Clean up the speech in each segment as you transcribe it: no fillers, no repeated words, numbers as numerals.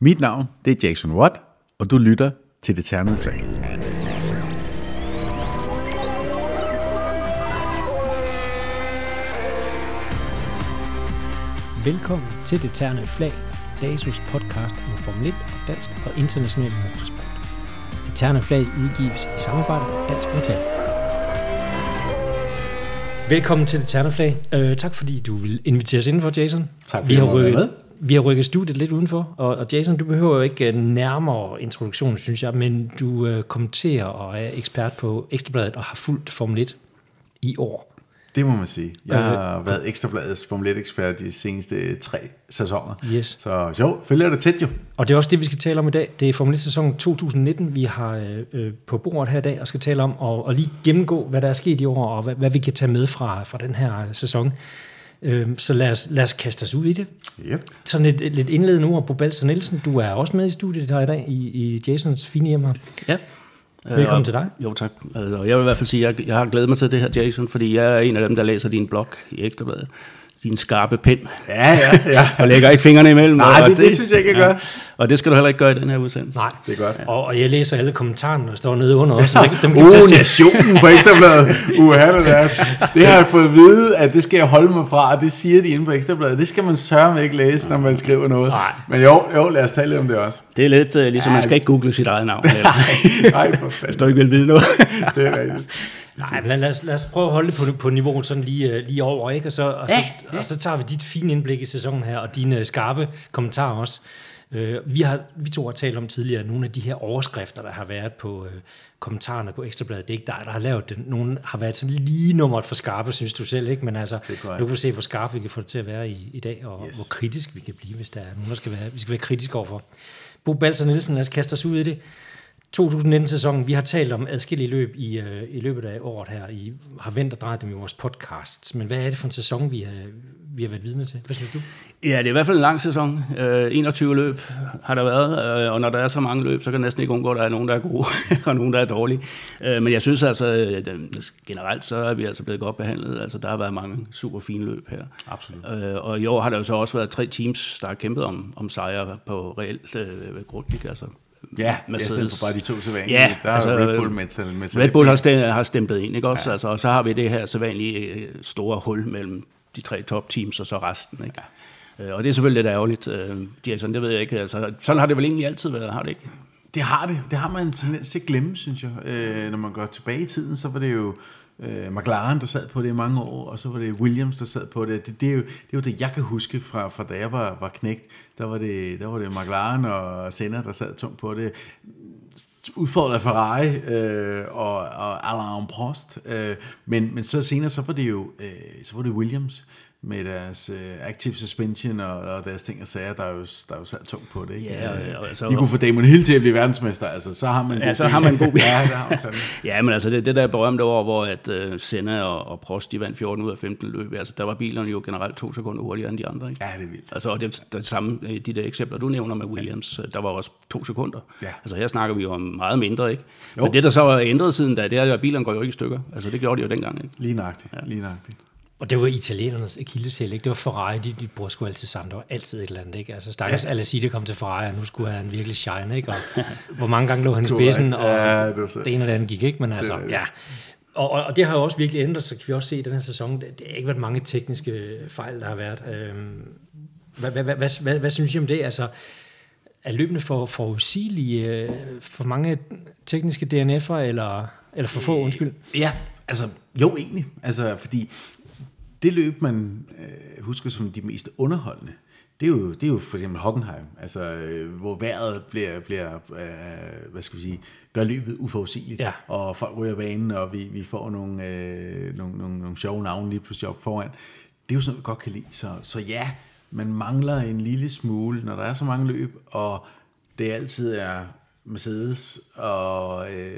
Mit navn, det er Jason Watt, og du lytter til Det Ternede Flag. Velkommen til Det Ternede Flag, DAZUs podcast om Formel 1 og dansk og international motorsport. Det Ternede Flag udgives i samarbejde med Dansk Metal. Velkommen til Det Ternede Flag. Tak fordi du vil invitere os indenfor, Jason. Tak fordi vi har rykket studiet lidt udenfor, og Jason, du behøver jo ikke nærmere introduktion, synes jeg, men du kommenterer og er ekspert på Ekstrabladet og har fulgt Formel 1 i år. Det må man sige. Jeg har været Ekstrabladets Formel 1-ekspert de seneste 3 sæsoner. Yes. Så jo, følger det tæt jo. Og det er også det, vi skal tale om i dag. Det er Formel 1-sæsonen 2019, vi har på bordet her i dag, og skal tale om og lige gennemgå, hvad der er sket i år, og hvad vi kan tage med fra den her sæson. Så lad os kaste os ud i det. Yep. Sådan lidt indledende ord på Balser Nielsen. Du er også med i studiet her i dag, i Jasons fine hjem her. Ja. Velkommen til dig. Jo, tak. Altså, jeg vil i hvert fald sige, at jeg har glædet mig til det her, Jason, fordi jeg er en af dem, der læser din blog i Ekstrabladet. Din skarpe pen. Ja. Og lægger ikke fingrene imellem. Nej, det synes jeg ikke, jeg gør. Og det skal du heller ikke gøre i den her udsendelse. Nej, det er godt. Ja. Og jeg læser alle kommentarerne, der står nede under også. Nationen på Ekstrabladet. Det har jeg fået at vide, at det skal jeg holde mig fra, og det siger de inde på Ekstrabladet. Det skal man sørge med ikke læse, når man skriver noget. Nej. Men jo, lad os tale lidt om det også. Det er lidt ligesom, man skal ikke google sit eget navn. Nej, for fanden. Hvis du ikke vil vide noget. Det er rigtigt. Nej, men lad os prøve at holde det på niveauet sådan lige over, ikke? Og så tager vi dit fine indblik i sæsonen her, og dine skarpe kommentarer også. Vi to har talt om tidligere, nogle af de her overskrifter, der har været på kommentarerne på Ekstrabladet. Det er ikke dig, der har lavet det. Nogle har været sådan lige nummeret for skarpe, synes du selv, ikke? Men altså, du kan se, hvor skarpe vi kan få det til at være i dag, og hvor kritisk vi kan blive, hvis der er nogen, vi skal være kritiske overfor. Bo Balser Nielsen, lad os kaste os ud i det. 2019-sæsonen, vi har talt om adskillige løb i løbet af året her. I har vendt og drejet dem i vores podcasts. Men hvad er det for en sæson, vi har været vidne til? Hvad synes du? Ja, det er i hvert fald en lang sæson. 21 løb har der været, og når der er så mange løb, så kan jeg næsten ikke undgå, at der er nogen, der er gode, og nogen, der er dårlige. Men jeg synes altså, generelt så er vi altså blevet godt behandlet. Altså, der har været mange super fine løb her. Absolut. Og i år har der jo så også været 3 teams, der har kæmpet om sejre på reelt grund, ikke? Altså, ja, jeg stedet for bare de 2 sædvanlige. Ja, der altså, Red Bull med Red Bull har stemplet ind, ikke også? Ja. Altså, og så har vi det her sædvanlige store hul mellem de 3 top teams og så resten, ikke? Ja. Og det er selvfølgelig lidt ærgerligt, Jason, det ved jeg ikke. Altså, sådan har det vel egentlig altid været, har det ikke? Det har det. Det har man tendens til at glemme, synes jeg. Når man går tilbage i tiden, så var det jo McLaren, der sad på det i mange år, og så var det Williams, der sad på det. Det er jo det, jeg kan huske fra da jeg var knægt. Der var det McLaren og Senna, der sad tungt på det. Udfordret af Ferrari og Alain Prost. Men så senere, så var det Williams med deres active suspension og deres ting og sager, der er jo sat tungt på det, ikke? Ja, altså, de kunne få Damon Hill til at blive verdensmester, altså så har man en god bil. Ja, det har man. Ja, men altså det der berømte år, hvor at Senna og Prost, de vandt 14 ud af 15 løb, altså der var bilerne jo generelt 2 sekunder hurtigere end de andre, ikke? Ja, det er vildt. Altså, og det samme, de der eksempler, du nævner med Williams, der var også 2 sekunder. Ja. Altså her snakker vi jo om meget mindre, ikke? Jo. Men det, der så er ændret siden da, det er, at bilerne går jo ikke i stykker. Altså det gjorde de jo dengang, ikke? Lige nøjagtigt. Og det var italienernes akilleshæl, ikke? Det var Ferrari, de bruger sgu altid sammen. Der var altid et eller andet, ikke? Altså stakkels Alesi, kom til Ferrari, og nu skulle han virkelig shine, ikke? Og hvor mange gange lå han i spidsen, og det ene og det andet gik, ikke? Men altså, ja. Og det har jo også virkelig ændret sig, kan vi også se i den her sæson. Det har ikke været mange tekniske fejl, der har været. Hvad synes I om det? Altså, er løbende for forudsigelige, for mange tekniske DNF'er, eller for få, undskyld? Ja, altså, jo egentlig. Altså, fordi det løb, man husker som de mest underholdende, det er jo for eksempel Hockenheim, altså hvor vejret bliver hvad skal vi sige, gør løbet uforudsigeligt, ja. Og folk ryger banen, og vi får nogle sjove navne lige pludselig op foran. Det er jo sådan, vi godt kan lide. Så ja, man mangler en lille smule, når der er så mange løb, og det altid er Mercedes og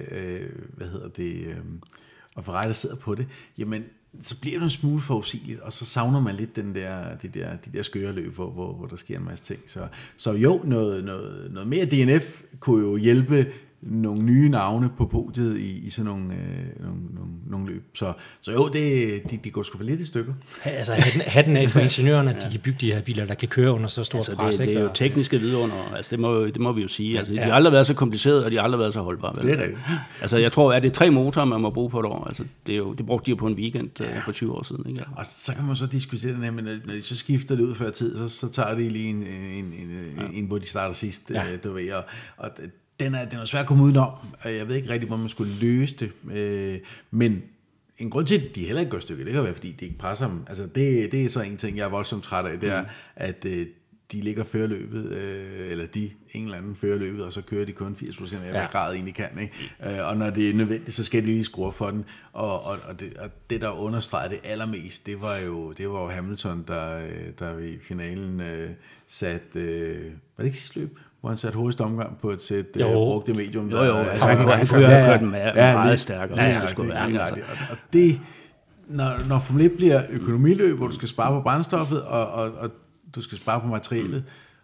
og Ferrari, der sidder på det, jamen så bliver det en smule forudsigeligt, og så savner man lidt de der skøre løb, hvor der sker en masse ting. Så jo, noget mere DNF kunne jo hjælpe nogle nye navne på podiet i sådan nogle løb. Så jo, de går sgu for lidt i stykker. Altså hatten af for ingeniørerne, at de kan bygge de her biler, der kan køre under så stor pres. Det er jo tekniske vidunder, altså det må vi jo sige. Altså, de har aldrig været så komplicerede, og de har aldrig været så holdbare. Det er rigtigt. Altså jeg tror, at det er 3 motorer, man må bruge på et år. Altså, det brugte de jo på en weekend for 20 år siden. Ikke? Og så kan man så diskutere det, men når de så skifter det ud før tid, så tager de lige en hvor de starter sidst. Du ved, og den er svært at komme udenom. Jeg ved ikke rigtig, hvor man skulle løse det. Men en grund til, at de heller ikke går stykker, det kan være, fordi de ikke presser dem. Altså, det er så en ting, jeg er voldsomt træt af, det er, at de ligger førerløbet, eller en eller anden førerløbet, og så kører de kun 80% af, hvad grad egentlig kan. Ikke? Og når det er nødvendigt, så skal de lige skrue for den. Og det, der understreger det allermest, det var jo Hamilton, der i finalen satte, var det ikke sidste løb? Hvor han satte hurtigst omgang på et sæt brugte medium. Jo. Altså, han kunne have kørt den meget stærkere, hvis det skulle være. Og det, når Formel 1 bliver økonomiløb, hvor du skal spare på brændstoffet, og du skal spare på materialet,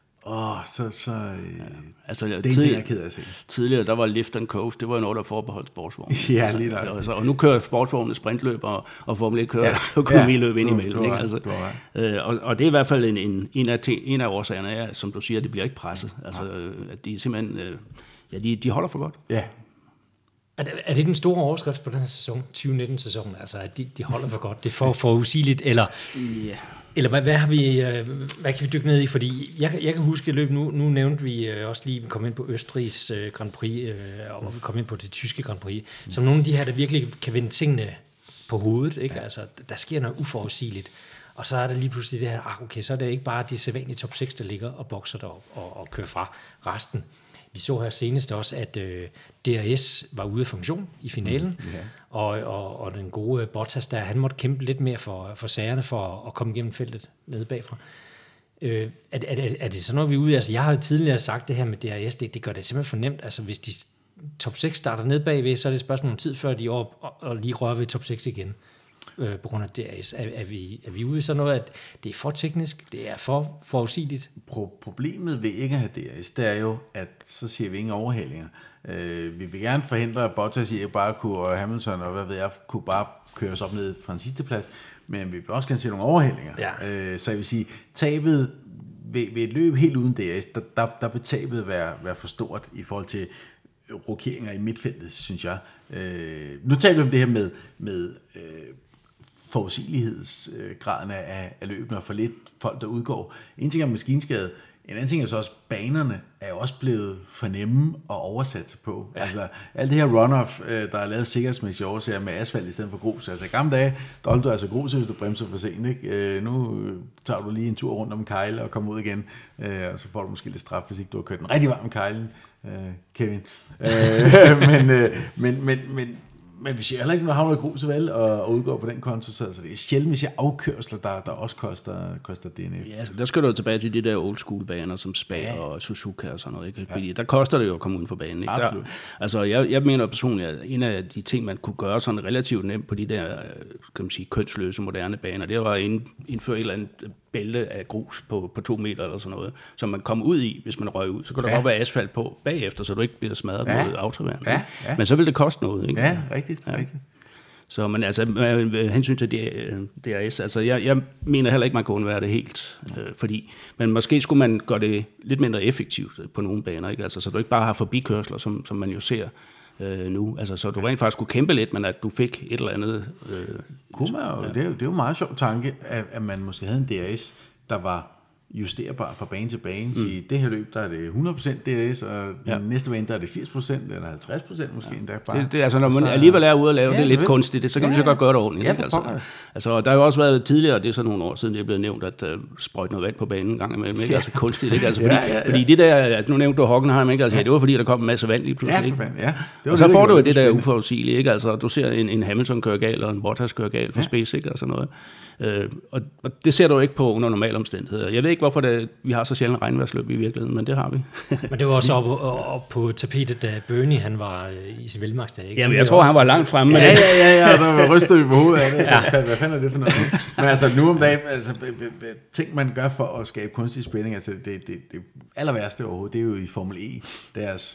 altså, det er en ting, jeg er ked af at se. Tidligere, der var lift and coast, det var jo noget, der forbeholdt sportsvognen. Ja, lige nok. Altså, og nu kører sportsvognen sprintløb, og Formel 1 kører økonomiløb ind imellem. Ikke? Altså, og det er i hvert fald en af årsagerne, som du siger, det bliver ikke presset. Altså, at de simpelthen, de holder for godt. Ja. Er det den store overskrift på den her sæson, 2019-sæsonen, altså at de holder for godt, det er for usigeligt, eller... Yeah. Eller hvad kan vi dykke ned i? Fordi jeg kan huske løb, nu nævnte vi også lige, vi kom ind på Østrigs Grand Prix, og vi kom ind på det tyske Grand Prix, som nogle af de her, der virkelig kan vende tingene på hovedet. Ikke? Ja. Altså, der sker noget uforudsigeligt. Og så er der lige pludselig det her, okay, så er det ikke bare de sædvanlige top 6, der ligger og bokser derop og kører fra resten. Vi så her senest også, at DRS var ude af funktion i finalen, og den gode Bottas der, han måtte kæmpe lidt mere for sagerne for at komme igennem feltet nede bagfra. Er det sådan noget, vi er ude? Altså, jeg har tidligere sagt det her med DRS, det gør det simpelthen for nemt. Altså, hvis de top 6 starter nede bagved, så er det et spørgsmål om tid, før de er op og lige rører ved top 6 igen. På grund af DRS. Er vi ude i sådan noget, at det er for teknisk, det er for forudsigeligt? Problemet ved ikke at have DRS, det er jo, at så siger vi ingen overhalinger. Vi vil gerne forhindre, at Bottas og Hamilton og hvad ved jeg, kunne bare køre os op ned fra en sidste plads, men vi vil også gerne se nogle overhalinger. Ja. Så jeg vil sige, tabet ved et løb helt uden DRS, der vil tabet være for stort i forhold til rokeringer i midtfeltet, synes jeg. Nu taler vi om det her med forudsigelighedsgraden af løbene og for lidt folk, der udgår. En ting er maskinskade, en anden ting er så også, banerne er jo også blevet for nemme at oversætte sig på. Ja. Altså, alt det her run-off, der er lavet sikkerhedsmæssige årsager med asfalt i stedet for grus. Altså, i gamle dage, der holdt du altså grus, hvis du bremser for sent, ikke? Nu tager du lige en tur rundt om kejle og kommer ud igen, og så får du måske lidt straf, hvis ikke du har kørt en rigtig varm kejlen, Kevin. Men hvis jeg heller ikke havner i grus vel og udgår på den konto, så det er sjældent, hvis jeg afkørsler, der også koster DNF. Ja, så der skal du tilbage til de der old school baner som Spa og Suzuka og sådan noget, ikke? Fordi der koster det jo at komme uden for banen. Ikke? Absolut. Altså, jeg mener personligt, at en af de ting, man kunne gøre sådan relativt nemt på de der, kan man sige, kønsløse moderne baner, det var at indføre et eller andet bælte af grus på 2 meter eller sådan noget, som man kom ud i, hvis man røg ud. Så kan der godt være asfalt på bagefter, så du ikke bliver smadret mod autoværn. Ja. Men så vil det koste noget, ikke? Ja, rigtigt. Så, men altså, med hensyn til DRS, altså, jeg mener heller ikke, man kan undvære det helt, fordi, men måske skulle man gøre det lidt mindre effektivt på nogle baner, ikke? Altså, så du ikke bare har forbikørsler, som man jo ser nu. Altså, så du rent faktisk kunne kæmpe lidt, men at du fik et eller andet... Det er jo en meget sjov tanke, at man måske havde en DRS, der var justerbar fra bane til bane. Så i det her løb, der er det 100% DRS, og den næste bane, der er det 80% eller 50% måske endda bare. Det altså, når man alligevel er ude at lave det lidt kunstigt, så kan man så godt gøre det ordentligt. Ja, altså, der har jo også været tidligere, det er så nogle år siden, det er blevet nævnt, at sprøjte noget vand på banen en gang imellem, ikke? Altså kunstigt, ikke? Altså, fordi det der, nu nævnte du Hockenheim, ikke? Altså, det var fordi, der kom en masse vand lige pludselig, ikke? Og så får du jo det der uforudsigelige, ikke? Altså, du ser en Hamilton køre galt, og en Bottas køre galt for Space, ikke? Og sådan noget. Og det ser du ikke på under normale omstændigheder. Jeg ved ikke, hvorfor vi har så sjældent regnvejrsløb i virkeligheden, men det har vi. Men det var også op på tapetet, da Bernie han var i sin velmagtsdag, ikke? Jamen, jeg tror, han var langt fremme med det. Ja, der var rystet på hovedet af det. Hvad fanden er det for noget? Men altså, nu om dagen, altså, ting man gør for at skabe kunstig spænding, altså det aller værste overhovedet, det er jo i Formel E, deres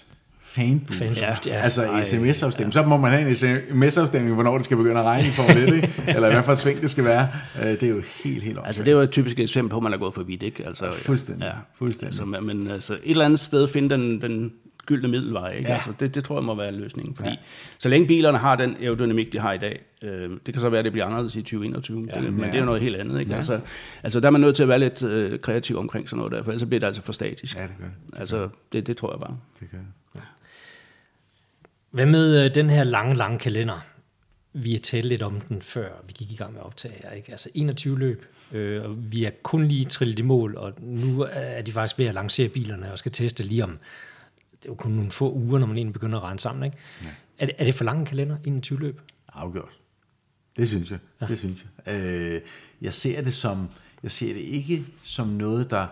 fanboost. Ja. Altså sms-afstemning. Så må man have en sms-afstemning, hvornår det skal begynde at regne i Formel 1, ikke? Eller hvad for et sving det skal være. Det er jo helt Altså det er jo et typisk eksempel på, at man er gået for vidt, ikke? Altså, fuldstændig. Altså, men altså, et eller andet sted finde den gyldne middelvej, ikke? Ja. Altså, det tror jeg må være løsningen, fordi så længe bilerne har den aerodynamik, de har i dag, det kan så være, at det bliver anderledes i 2021, men det er jo noget helt andet, ikke? Ja. Altså der er man nødt til at være lidt kreativ omkring sådan noget der, for ellers bliver det altså for statisk. Ja, det gør det. Altså, det tror jeg bare. Det gør det. Ja. Hvad med den her lange kalender? Vi har talt lidt om den, før vi gik i gang med at optage her, ikke? Altså 21 løb, og vi er kun lige trillet i mål, og nu er de faktisk ved at lancere bilerne og skal teste lige om. Det er jo kun nogle få uger, når man egentlig begynder at regne sammen, ikke? Ja. Er det for lange kalender, 21 løb? Afgjort. Det synes jeg. Ja. Det synes jeg. Jeg ser det ikke som noget, der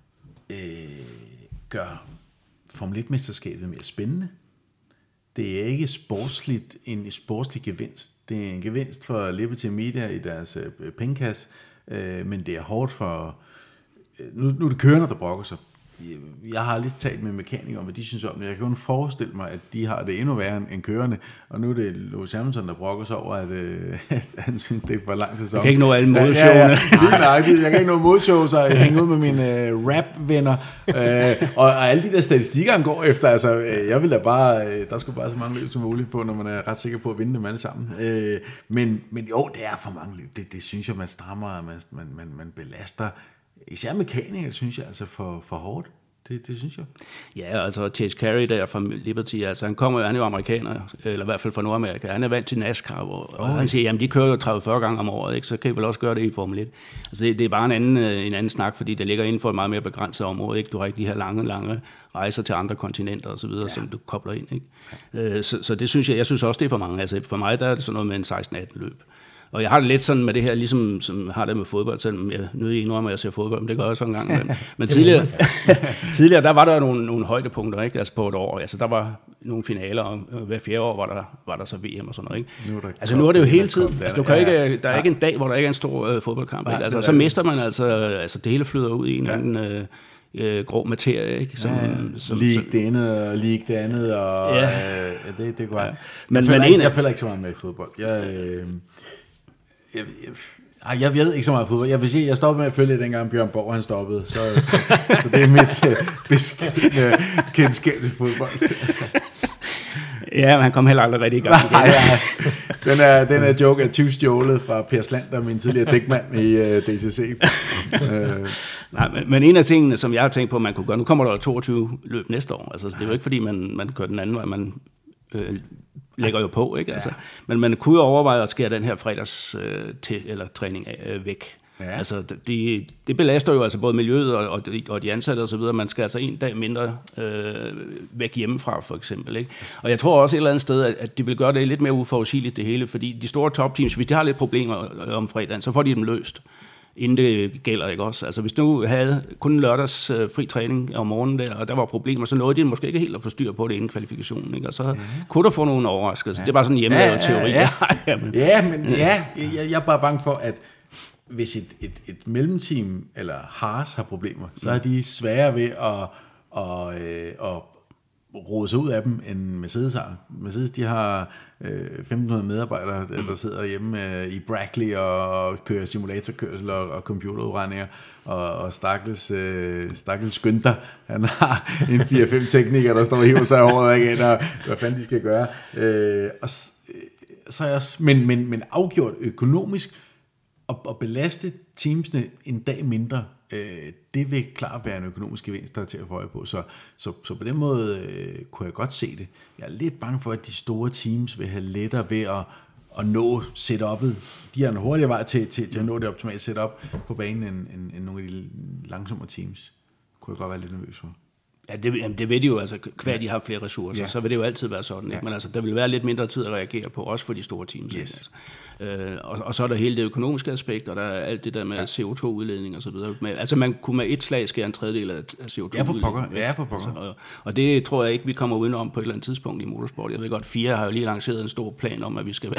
gør Formel 1-mesterskabet mere spændende. Det er ikke en sportslig gevinst. Det er en gevinst for Liberty Media i deres pengekasse, men det er hårdt for... Nu er det kørende, der brokker sig. Jeg har lidt talt med mekanikere om, hvad de synes om det. Jeg kan kun forestille mig, at de har det endnu værre end kørende. Og nu er det Lewis Hamilton, der brokker sig over, at han synes, det er for lang sæson. Jeg kan ikke nå alle modshowene. Jeg kan ikke nå modshow, så jeg hænger ud med mine rap-venner. Og alle de der statistikker, han går efter, altså, jeg vil da bare... der skulle bare så mange løb som muligt på, når man er ret sikker på at vinde dem alle sammen. Men jo, det er for mange løb. Det synes jeg, man strammer, man belaster. Især mekanikere, synes jeg, altså for hårdt. Det synes jeg. Ja, altså Chase Carey der fra Liberty, altså han er jo amerikaner, eller i hvert fald fra Nordamerika. Han er vant til NASCAR, og han siger, jamen de kører jo 30-40 gange om året, ikke? Så kan I vel også gøre det i Formel 1. Altså det er bare en anden snak, fordi det ligger inden for et meget mere begrænset område, ikke? Du har ikke de her lange rejser til andre kontinenter og så videre, som du kobler ind, ikke? Ja. Så det synes jeg synes også, det er for mange. Altså for mig der er det sådan noget med en 16-18 løb. Og jeg har det lidt sådan med det her, ligesom som har det med fodbold, selvom jeg nødig indrømmer, at jeg ser fodbold, men det gør jeg så en gang. Men tidligere, der var der nogle højdepunkter, ikke? Altså på et år. Altså der var nogle finaler, og hver 4 år var der så VM og sådan noget, ikke? Nu er det jo hele tiden. Altså, der er ikke en dag, hvor der ikke er en stor fodboldkamp. Nej, altså, så mister man altså det hele flyder ud i en anden grå materie, ikke? League det ene og league det andet, og det går jeg følger ikke så meget med i fodbold. Jeg ved ikke så meget fodbold. Jeg vil sige, jeg stoppede med at følge dengang Bjørn Borg han stoppede, så det er mit kendskab til fodbold. Ja, men han kom heller aldrig rigtig i gang igen. Den er joke er tyvstjålet fra Per Slander, min tidligere dækmand i DCC. Nej, men en af tingene, som jeg har tænkt på, man kunne gøre, nu kommer der 22 løb næste år. Altså, det er jo ikke, fordi man kører den anden vej, man lægger jo på, ikke? Altså, men man kunne jo overveje at skære den her fredags træning væk. Ja. Altså, det belaster jo altså både miljøet og de ansatte og så videre. Man skal altså en dag mindre væk hjemmefra, for eksempel, ikke? Og jeg tror også et eller andet sted, at de vil gøre det lidt mere uforudsigeligt det hele, fordi de store topteams, hvis de har lidt problemer om fredagen, så får de dem løst, inden det gælder, ikke også? Altså, hvis du havde kun lørdags fri træning om morgenen der, og der var problemer, så nåede de måske ikke helt at få styr på det inden kvalifikationen, ikke? Og så kunne der få nogle overraskelser. Det er bare sådan en hjemmelavet teori. Jeg er bare bange for, at hvis et mellemteam eller Haas har problemer, så er de svære ved at rode sig ud af dem, end Mercedes har. Mercedes, de har 1.500 medarbejdere, der sidder hjemme i Brackley og kører simulatorkørsel og computerudregninger, og stakkels Günther, han har en 4-5 tekniker, der står og hiver sig over igen, og hvad fanden de skal gøre. Men afgjort økonomisk, at belaste teamsene en dag mindre, det vil klart være en økonomisk gevinst, der er til at få øje på. Så på den måde kunne jeg godt se det. Jeg er lidt bange for, at de store teams vil have lettere ved at nå setup'et. De har en hurtigere vej til at nå det optimale setup på banen, end nogle af de langsommere teams. Kunne jeg godt være lidt nervøs for. Ja, det ved de jo, altså hver de har flere ressourcer, så vil det jo altid være sådan, ikke? Men altså, der vil være lidt mindre tid at reagere på, også for de store teams. Yes. Og så er der hele det økonomiske aspekt, og der er alt det der med CO2-udledning og så videre. Altså man kunne med et slag skære en tredjedel af CO2-udledning. Ja, på pokker. Og det tror jeg ikke, vi kommer udenom på et eller andet tidspunkt i motorsport. Jeg ved godt, FIA har jo lige lanceret en stor plan om, at vi skal være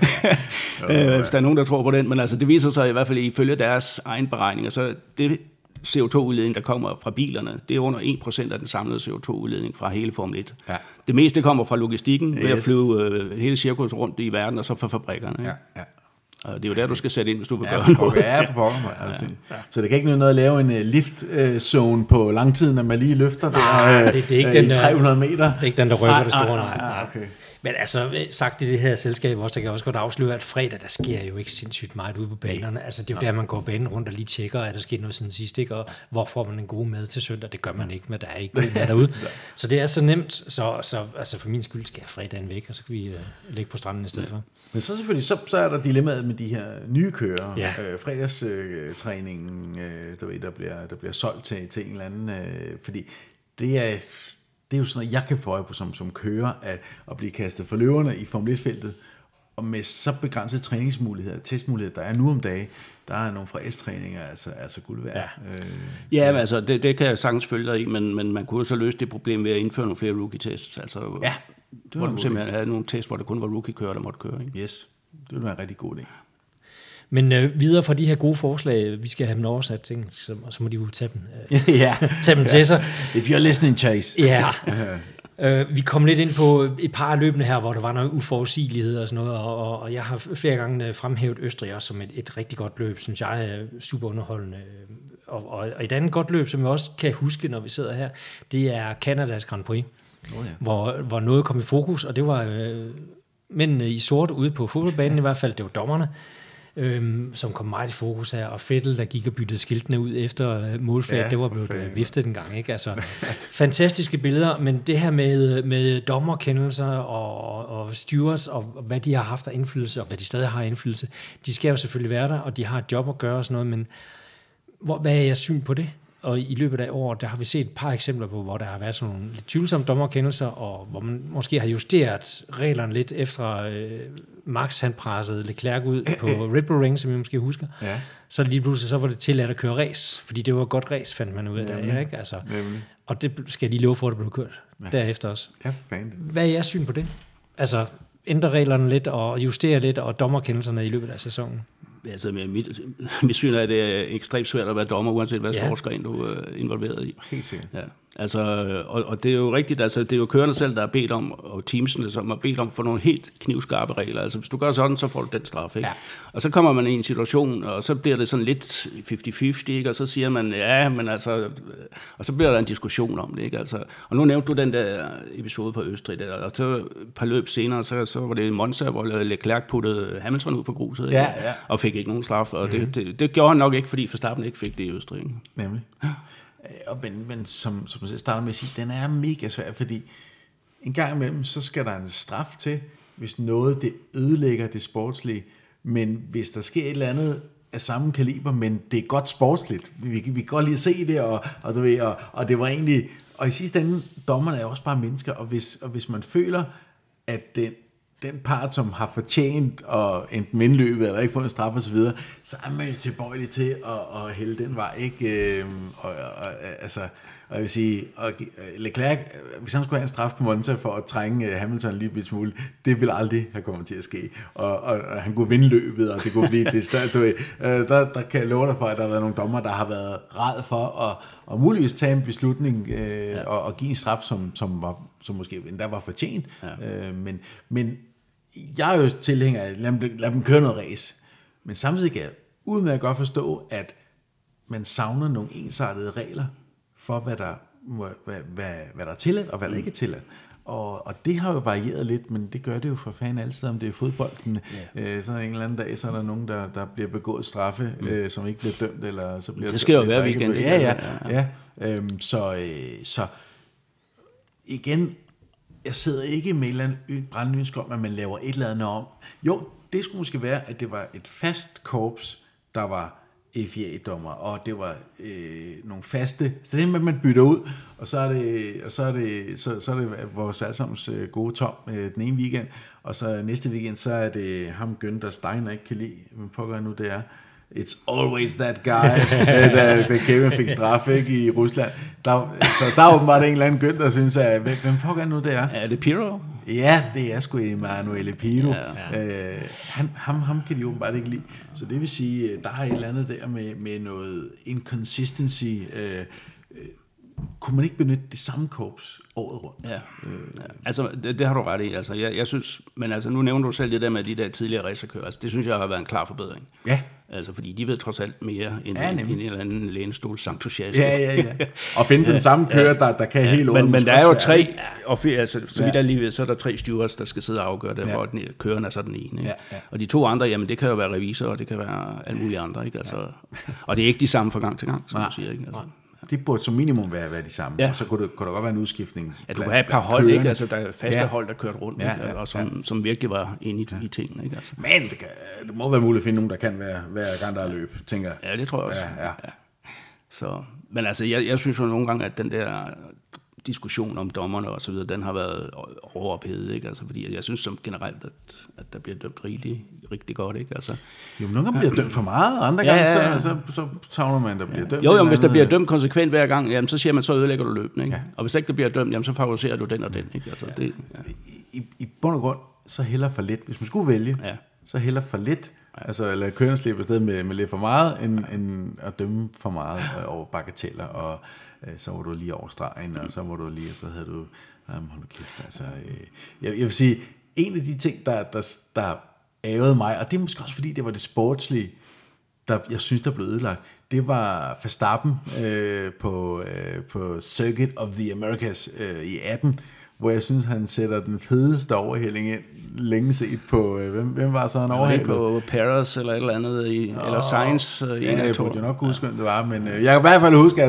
CO2. Hvis der er nogen, der tror på den. Men altså, det viser sig i hvert fald ifølge deres egen beregninger, så CO2-udledning, der kommer fra bilerne, det er under 1% af den samlede CO2-udledning fra hele Formel 1. Ja. Det meste kommer fra logistikken, ved at flyve hele cirkus rundt i verden, og så fra fabrikkerne. Ja, ja. Og det er jo der, du skal sætte ind, hvis du vil gøre noget. Ja, for pokker mig. Altså. Ja. Så det kan ikke noget at lave en lift-zone på langtiden, når man lige løfter der det er ikke den, 300 meter. Det er ikke den, der rykker det store. Nej. Okay. Men altså, sagt i det her selskab også, der kan jeg også godt afsløre, at fredag, der sker jo ikke sindssygt meget ude på banerne. Altså, det er jo der, man går banen rundt og lige tjekker, at der sker noget siden sidst, ikke? Og hvor får man en god mad til søndag? Det gør man ikke, men der er ikke god mad derude. Så det er så nemt, så altså for min skyld skal jeg fredagen væk, og så kan vi ligge på stranden i stedet for. Men så selvfølgelig, så er der dilemmaet med de her nye kører. Ja. Fredagstræningen, der bliver solgt til en eller anden, fordi det er jo sådan noget, jeg kan få øje på som kører, at blive kastet for løverne i Formel 1-feltet, og med så begrænsede træningsmuligheder, testmuligheder, der er nu om dagen, der er nogle fredagstræninger, altså guld værd. Ja, men altså, det kan jeg sagtens følge dig i, men man kunne jo så løse det problem ved at indføre nogle flere rookie-tests. Altså, ja. Hvor du simpelthen havde nogle tests, hvor det kun var rookie-kører, der måtte køre. Ikke? Yes, det ville være en rigtig god idé. Men videre fra de her gode forslag, vi skal have dem oversat til engelsk, og så må de jo tage dem, tage dem til sig. If you're listening, Chase. Ja. Vi kom lidt ind på et par af løbene her, hvor der var noget uforudsigelighed og sådan noget, og jeg har flere gange fremhævet Østrig også som et rigtig godt løb, synes jeg er super underholdende. Og et andet godt løb, som jeg også kan huske, når vi sidder her, det er Canadas Grand Prix. Hvor noget kom i fokus, og det var mændene i sort ude på fodboldbanen i hvert fald, det var dommerne, som kom meget i fokus her, og Vettel, der gik og byttede skiltene ud efter målfærd, det var blevet viftet en gang, ikke? Altså, fantastiske billeder, men det her med dommerkendelser og stewards, og hvad de har haft af indflydelse, og hvad de stadig har af indflydelse, de skal jo selvfølgelig være der, og de har et job at gøre og sådan noget, men hvad er jeres syn på det? Og i løbet af året, der har vi set et par eksempler på, hvor der har været sådan nogle lidt tvivlsomme dommerkendelser, og hvor man måske har justeret reglerne lidt efter Max, han pressede Leclerc ud på Red Bull Ring, som I måske husker. Ja. Så lige pludselig så var det tilladt at køre race, fordi det var et godt race, fandt man ud af det, ikke? Altså, og det skal jeg lige love for, at det blev kørt derefter også. Ja, hvad er jeres syn på det? Altså, ændre reglerne lidt og justere lidt, og dommerkendelserne i løbet af sæsonen? Altså, mit syn er, at det er ekstremt svært at være dommer, uanset hvad sportsgren du er involveret i. Helt sikkert. Ja. Altså, og det er jo rigtigt, altså det er jo kørerne selv, der er bedt om, og teamsene, som har bedt om for nogle helt knivskarpe regler. Altså hvis du gør sådan, så får du den straf, ikke? Ja. Og så kommer man i en situation, og så bliver det sådan lidt 50-50, ikke? Og så siger man, ja, men altså, og så bliver der en diskussion om det, ikke? Altså, og nu nævnte du den der episode på Østrig, der, og så et par løb senere, så var det Monza, hvor Leclerc puttede Hamilton ud på gruset, ikke? Ja. Og fik ikke nogen straf, og det gjorde han nok ikke, fordi Verstappen ikke fik det i Østrig, ikke? Nemlig. Ja. Men som jeg starter med at sige, den er mega svær, fordi en gang imellem, så skal der en straf til, hvis noget det ødelægger det sportslige, men hvis der sker et eller andet af samme kaliber, men det er godt sportsligt, vi kan godt lide at se det, og du ved, og det var egentlig, og i sidste ende, dommerne er også bare mennesker, og hvis man føler, at den part, som har fortjent at enten vinde løbet, eller ikke få en straf og så videre, så er man jo tilbøjelig til at hælde den vej, ikke? Og jeg vil sige, Leclerc, hvis han skulle have en straf på Monza for at trænge Hamilton lige lidt smule, det ville aldrig have kommet til at ske. Og han kunne vinde løbet, og det kunne blive det større. Der kan jeg love dig for, at der har været nogle dommer, der har været ræd for at muligvis tage en beslutning og give en straf, som måske endda var fortjent. Ja. Men jeg er jo tilhænger af, lad dem køre noget race. Men samtidig kan jeg udmærket godt forstå, at man savner nogle ensartede regler for, hvad der er tilladt, og hvad der ikke er tilladt. Og det har jo varieret lidt, men det gør det jo for fanden altid, om det er fodbolden. Så en eller anden dag, så er der nogen, der bliver begået straffe, som ikke bliver dømt, eller så bliver det sker jo hver weekend. Ja. Så igen, jeg sidder ikke med et eller andet brændende ønske om, at man laver et eller andet om. Jo, det skulle måske være, at det var et fast korps, der var FIA-dommer, og det var nogle faste, så det er med, at man bytter ud, og så er det vores allesammens gode Tom den ene weekend, og så næste weekend, så er det ham Günther Steiner ikke kan lide, hvem pågår nu det er. It's always that guy, da Kevin fik straf, ikke, i Rusland. Så der er åbenbart en eller anden Günther, der synes, at hvem pågår nu det er? Er det Pirro? Ja, det er sgu Emanuele Pino. Ja. Ham kan de åbenbart ikke lide. Så det vil sige, der er et eller andet der med noget inconsistency. Kunne man ikke benytte det samme korps året rundt? Ja. Altså, det har du ret i. Altså, jeg synes, men altså, nu nævner du selv det der med de der tidligere racerkører. Altså, det synes jeg har været en klar forbedring. Ja. Altså, fordi de ved trods alt mere end en eller anden lænestolsentusiast. Ja. Og finde den samme kører, der kan helt men der er jo tre, altså, så vidt jeg lige ved, så er der 3 stewards, der skal sidde og afgøre det, hvor køren er så den ene. Ikke? Ja. Og de 2 andre, jamen det kan jo være revisorer, og det kan være alle mulige andre. Ikke? Altså, og det er ikke de samme fra gang til gang, som du siger. Ikke? Altså. Det burde som minimum være de samme, og så kunne der godt være en udskiftning. Ja, du kan have et par hold, ikke? Altså, der er faste hold, der kørte rundt, og som virkelig var inde i tingene. Ikke? Altså. Men det må være muligt at finde nogen, der kan være gang, der er løb, tænker jeg. Ja, det tror jeg også. Ja. Så, men altså, jeg synes jo nogle gange, at den der diskussion om dommerne og så videre, den har været overophedet, ikke? Altså, fordi jeg synes som generelt, at der bliver dømt rigtig godt, ikke? Altså, jo, men nogle gange bliver dømt for meget, og andre gange, så savner man, der bliver dømt. Jo, hvis der bliver dømt konsekvent hver gang, jamen, så siger man, så ødelægger du løbene, ikke? Ja. Og hvis ikke der bliver dømt, jamen, så favoriserer du den og den, ikke? Altså, det, I bund og grund, så heller for lidt. Hvis man skulle vælge, så heller for lidt. Altså, lad kørende slippe afsted med lidt for meget, end at dømme for meget over bagateller, og så var du lige over stregen, og så var du lige, og så havde du, hold nu kæft, altså, jeg vil sige, en af de ting, der ærgede mig, og det er måske også fordi, det var det sportslige, jeg synes, der blev ødelagt, det var Verstappen på Circuit of the Americas i 18, hvor jeg synes, han sætter den fedeste overhælling ind, længe set på, hvem var så en overhælling? På Paris eller et eller andet, eller Sainz. Jeg burde jo nok huske, hvem det var, men jeg kan i hvert fald huske,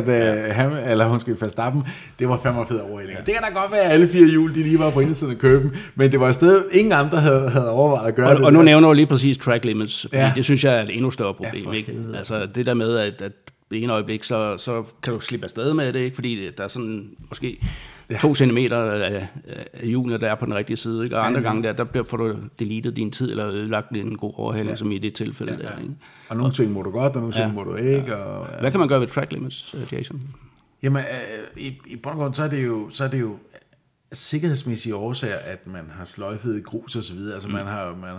at Verstappen, det var fandme fed overhælling. Det kan da godt være, at alle 4 hjul, de lige var på indersiden af køben, men det var et sted, ingen andre havde overvejet at gøre det. Og nu nævner du lige præcis track limits, fordi det synes jeg er et endnu større problem. Ikke? Altså det der med, at det ene øjeblik, så kan du slippe afsted med det, ikke? Fordi der er sådan måske 2 centimeter af hjulene, der er på den rigtige side, ikke? Og andre gange der får du deletet din tid, eller ødelagt en god overhældning, som i det tilfælde der. Ikke? Og nogle ting må du godt, og nogle ting må du ikke. Og, hvad kan man gøre ved track limits, Jason? Jamen, i bund og grund, så er det jo sikkerhedsmæssige årsager, at man har sløjfet grus og så videre. Altså man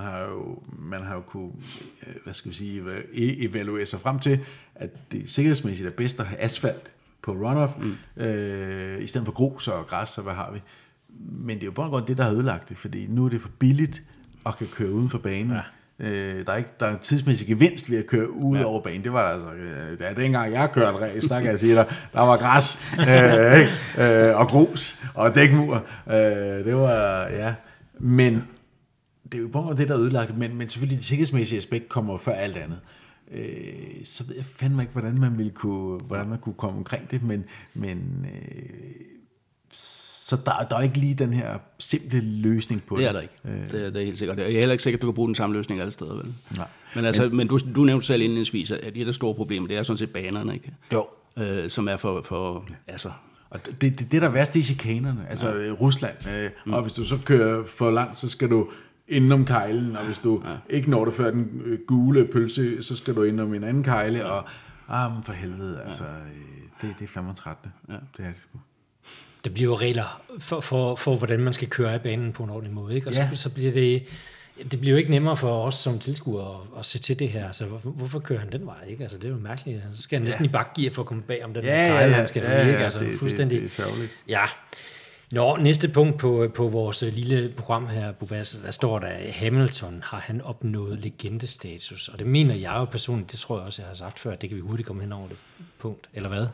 har jo kunne, hvad skal vi sige, evaluere sig frem til, at det sikkerhedsmæssigt er bedst at have asfalt på runoff, i stedet for grus og græs, og hvad har vi. Men det er jo på en grund det, der har ødelagt det, fordi nu er det for billigt at kan køre uden for banen. Ja. Der er en tidsmæssig gevinst ved at køre ud over banen. Det var altså, dengang jeg kørte race, der kan jeg sige dig, der var græs og grus og dækmur. Det var, men det er jo på en måde det, der er ødelagt, men selvfølgelig det sikkerhedsmæssige aspekt kommer før alt andet. Så ved jeg fandme ikke, hvordan man kunne komme omkring det, men så der er ikke lige den her simple løsning på det. Det er der ikke. Det er helt sikkert. Jeg er heller ikke sikker, at du kan bruge den samme løsning alle steder, vel? Nej. Men du nævnte selv indledningsvis, at et af de store problemer, det er sådan set banerne, ikke? Jo. Som er for altså. Og det der er værst, det er chikanerne, altså Rusland. Og hvis du så kører for langt, så skal du indenom kejlen, og hvis du ikke når det før den gule pølse, så skal du indenom en anden kejle, og for helvede, altså, det er fandme trættende. Ja. Det er det sgu. Der bliver jo regler for hvordan man skal køre af banen på en ordentlig måde, ikke? Og så bliver det bliver jo ikke nemmere for os som tilskuere at se til det her. Altså, hvorfor kører han den vej, ikke? Altså, det er jo mærkeligt. Så skal han næsten i bakgear for at komme bag om den kejle, han skal finde, ikke? Altså, fuldstændig. Det er sørgeligt. Ja. Nå, næste punkt på vores lille program her, Bubas, der står der, Hamilton har han opnået legendestatus, og det mener jeg jo personligt, det tror jeg også, jeg har sagt før, det kan vi hurtigt komme hen over det punkt, eller hvad?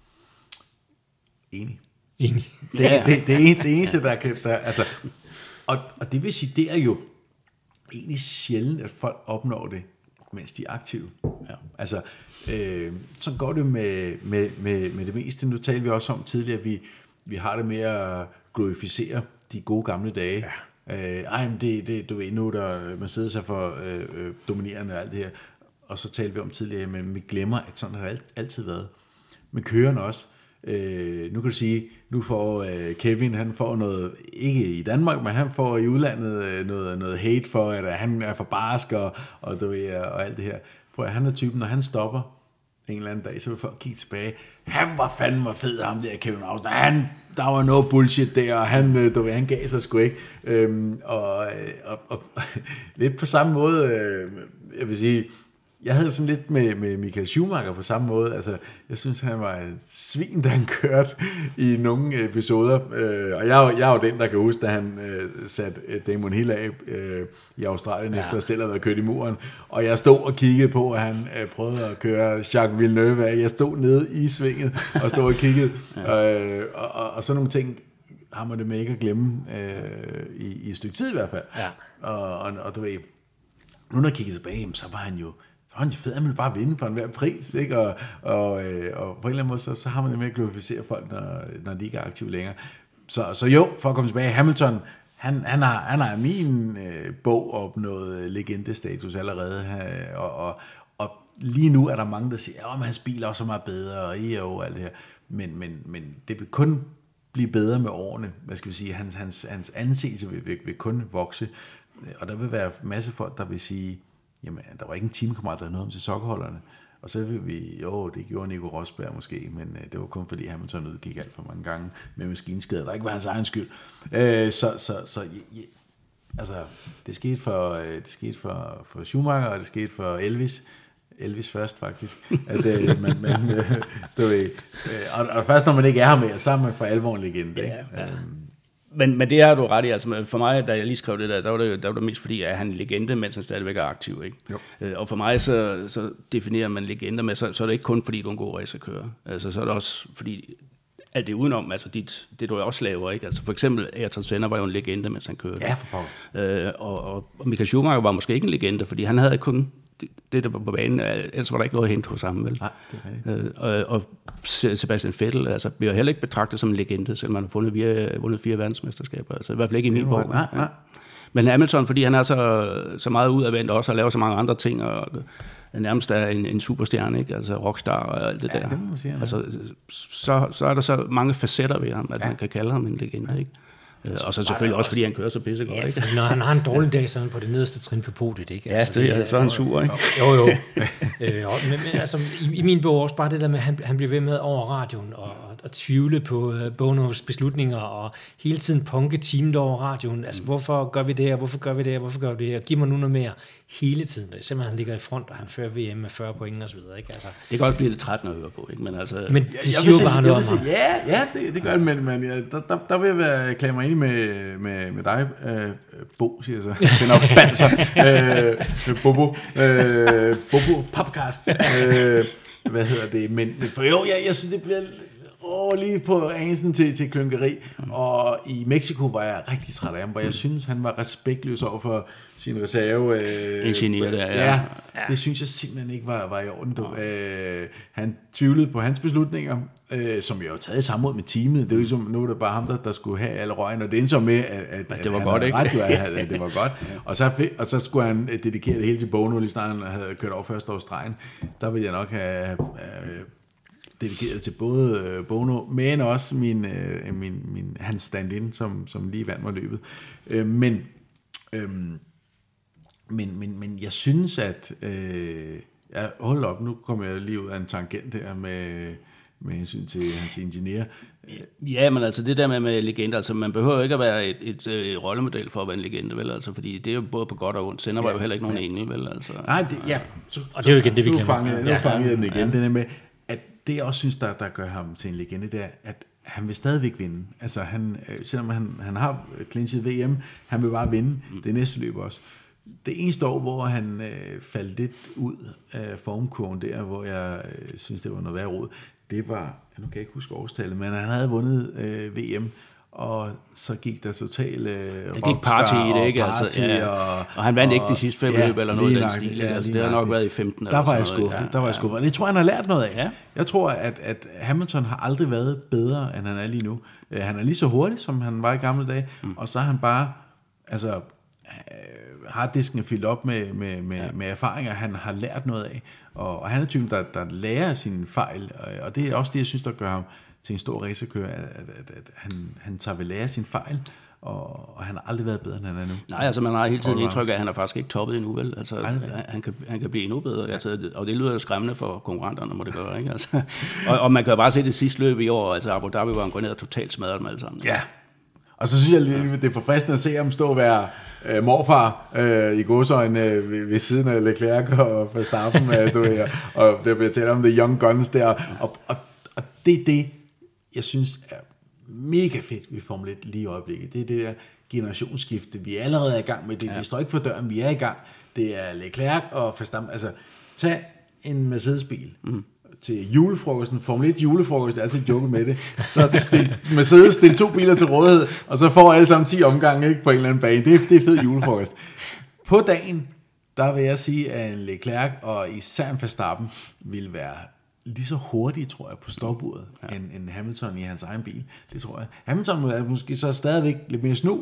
Enig. Det eneste, der kan, altså, og det vil sige, det er jo egentlig sjældent, at folk opnår det, mens de er aktive. Ja. Altså, så går det med det meste. Nu talte vi også om tidligere, at vi har det med at glorificere de gode gamle dage. Ja. Men det du ved, nu der man sidder sig for dominerende og alt det her. Og så talte vi om tidligere, men vi glemmer, at sådan har det altid været. Men kørerne også. Nu kan du sige, nu får Kevin, han får noget, ikke i Danmark, men han får i udlandet noget hate for, at han er for barsk og du ved, og alt det her. For han er typen, når han stopper, en eller anden dag, så vil folk kigge tilbage. Han var fandme fed, ham der Kevin Austin. Der var noget bullshit der, og han gav sig sgu ikke. Og lidt på samme måde, jeg vil sige, jeg havde sådan lidt med Michael Schumacher på samme måde. Altså, jeg synes, han var et svin, da han kørte i nogle episoder. Og jeg er jo den, der kan huske, da han satte Damon Hill af i Australien, efter at selv havde været kørt i muren. Og jeg stod og kiggede på, at han prøvede at køre Jacques Villeneuve af. Jeg stod nede i svinget og stod og kiggede. Og sådan nogle ting har man det med ikke at glemme i et stykke tid i hvert fald. Ja. Og du ved, nu når jeg kiggede tilbage, så var han jo fed, han ville bare vinde for enhver pris, ikke? Og på en eller anden måde, så har man det med at glorificere folk, når de ikke er aktive længere. Så jo, for at komme tilbage, Hamilton, han har i min bog opnået legendestatus allerede, og lige nu er der mange, der siger, at hans bil er også meget bedre, og alt det her, men det vil kun blive bedre med årene, hvad skal vi sige, hans anseelse vil kun vokse, og der vil være en masse folk, der vil sige, jamen, der var ikke en teamkammerat, der havde noget om til sokkerholderne. Og så vil vi, det gjorde Nico Rosberg måske, men det var kun fordi Hamilton udgik alt for mange gange med maskinskader, der ikke var hans egen skyld. Altså, det skete for Schumacher, og det skete for Elvis først faktisk, at og først når man ikke er her mere, så er man for alvor en legende. Ikke? Ja. Men det har du ret i. Altså for mig, da jeg lige skrev det der var det mest fordi, at han er legende, mens han stadigvæk er aktiv. Ikke? Og for mig, så definerer man legender med, så er det ikke kun fordi, du er en god racerkører. Altså, så er det også fordi, alt det udenom, altså det du også laver. Ikke? Altså for eksempel, Ayrton Senna var jo en legende, mens han kørte. Ja, for pokker. Og Michael Schumacher var måske ikke en legende, fordi han havde kun det der var på banen, ellers var der ikke noget at hente hos ham, vel? Nej, det er rigtigt. Og Sebastian Vettel, altså, bliver heller ikke betragtet som en legende, selvom han har vundet 4 verdensmesterskaber, altså i hvert fald ikke i min bog. Nej. Men Hamilton, fordi han er så meget udadvendt også, og laver så mange andre ting, og nærmest er en superstjerne, ikke? Altså rockstar og alt det der. Det må man sige, ja. Altså, så er der så mange facetter ved ham, at man kan kalde ham en legende, ikke? Og så selvfølgelig også, fordi han kører så pissegodt, ja, ikke? Når han har en dårlig dag, så er han på det nederste trin på podiet, ikke? Ja, altså, så er han sur, ikke? Jo. Men altså, i min bog også bare det der med, at han bliver ved med over radioen og tvivle på Bonos beslutninger og hele tiden punke teamet over radioen. Altså, hvorfor gør vi det her? Hvorfor gør vi det her? Hvorfor gør vi det her? Giv mig nu noget mere hele tiden. Simpelthen han ligger i front, og han fører VM med 40 point og så videre, ikke? Altså, det kan også blive lidt træt, når vi hører på, ikke? Men altså... Men det siger jo bare noget om ham. Ja, det gør det, men der vil jeg erklære mig enig med dig, Bo, siger jeg så. Det er nok Banser. Bobo podcast. Hvad hedder det? Men for jo, jeg synes, det bliver lige på anelsen til klynkeri. Og i Mexico var jeg rigtig træt af ham, hvor jeg synes, han var respektløs over for sin reserve. Ingeniør der, ja. Det synes jeg simpelthen ikke var i orden. Han tvivlede på hans beslutninger, som jeg jo taget i samråd med teamet. Det er jo ligesom, nu er det bare ham, der skulle have alle røgen, og det endte så med, at det var godt, ikke? At det var godt. Og så skulle han dedikere det hele til Bono, lige snart han havde kørt over første års stregen. Der ville jeg nok have dedikeret til både Bono, men også hans stand-in, som lige vandt mig løbet. Men jeg synes, at hold op, nu kommer jeg lige ud af en tangent her med hensyn til hans ingeniør. Ja, men altså det der med legender, altså man behøver jo ikke at være et rollemodel for at være en legende, vel? Altså, fordi det er jo både på godt og ondt. Senna var jo heller ikke nogen engel, vel? Altså, nej, og det er jo igen det, vi glemmer. Nu fangede den igen, den er med, at det jeg også synes, der gør ham til en legende, det er, at han vil stadigvæk vinde. Altså selvom han har clinchet VM, han vil bare vinde det næste løb også. Det eneste år, hvor han faldt lidt ud af formkurven der, hvor jeg synes, det var noget værre rod, det var, nu kan jeg ikke huske årstallet, men han havde vundet VM, og så gik der totalt det gik party i det, ikke? Altså, ja. Og han vandt ikke de sidste 5 løb eller noget i den stil. Altså, det har nok været i 15 der var jeg skuffet. Og det tror jeg, han har lært noget af. Ja. Jeg tror, at Hamilton har aldrig været bedre, end han er lige nu. Han er lige så hurtig, som han var i gamle dage, og så er han bare, altså harddisken er fyldt op med erfaringer, han har lært noget af. Og han er typen, der lærer sine fejl, og det er også det, jeg synes, der gør ham en stor racerkører, at han tager ved lære sin fejl, og han har aldrig været bedre, end han er nu. Nej, altså man har hele tiden indtryk af, at han er faktisk ikke toppet endnu, vel? Altså, han kan blive endnu bedre, ja. Altså, og det lyder jo skræmmende for konkurrenterne, må det gøre, ikke? Altså, og man kan jo bare se det sidste løb i år, altså Abu Dhabi, hvor han går ned og totalt smadrer dem alle sammen. Ja, og så synes jeg, det er forfriskende at se ham stå og være morfar i godsøjne ved siden af Leclerc og Verstappen, og der bliver talt om the young guns der, og det er det, jeg synes er mega fedt ved Formel 1 lige i øjeblikket. Det er det der generationsskifte, vi allerede er i gang med. Det står ikke for døren, vi er i gang. Det er Leclerc og Verstappen. Altså, tag en Mercedes-bil til julefrokosten, Formel 1 julefrokost, jeg har altid joket med det, så Mercedes stiller 2 biler til rådighed, og så får alle sammen 10 omgange, ikke, på en eller anden bane. Det er fed julefrokost. På dagen, der vil jeg sige, at en Leclerc og især en Verstappen vil være lige så hurtigt, tror jeg, på stopuret, end Hamilton i hans egen bil. Det tror jeg. Hamilton er måske så stadigvæk lidt mere snu.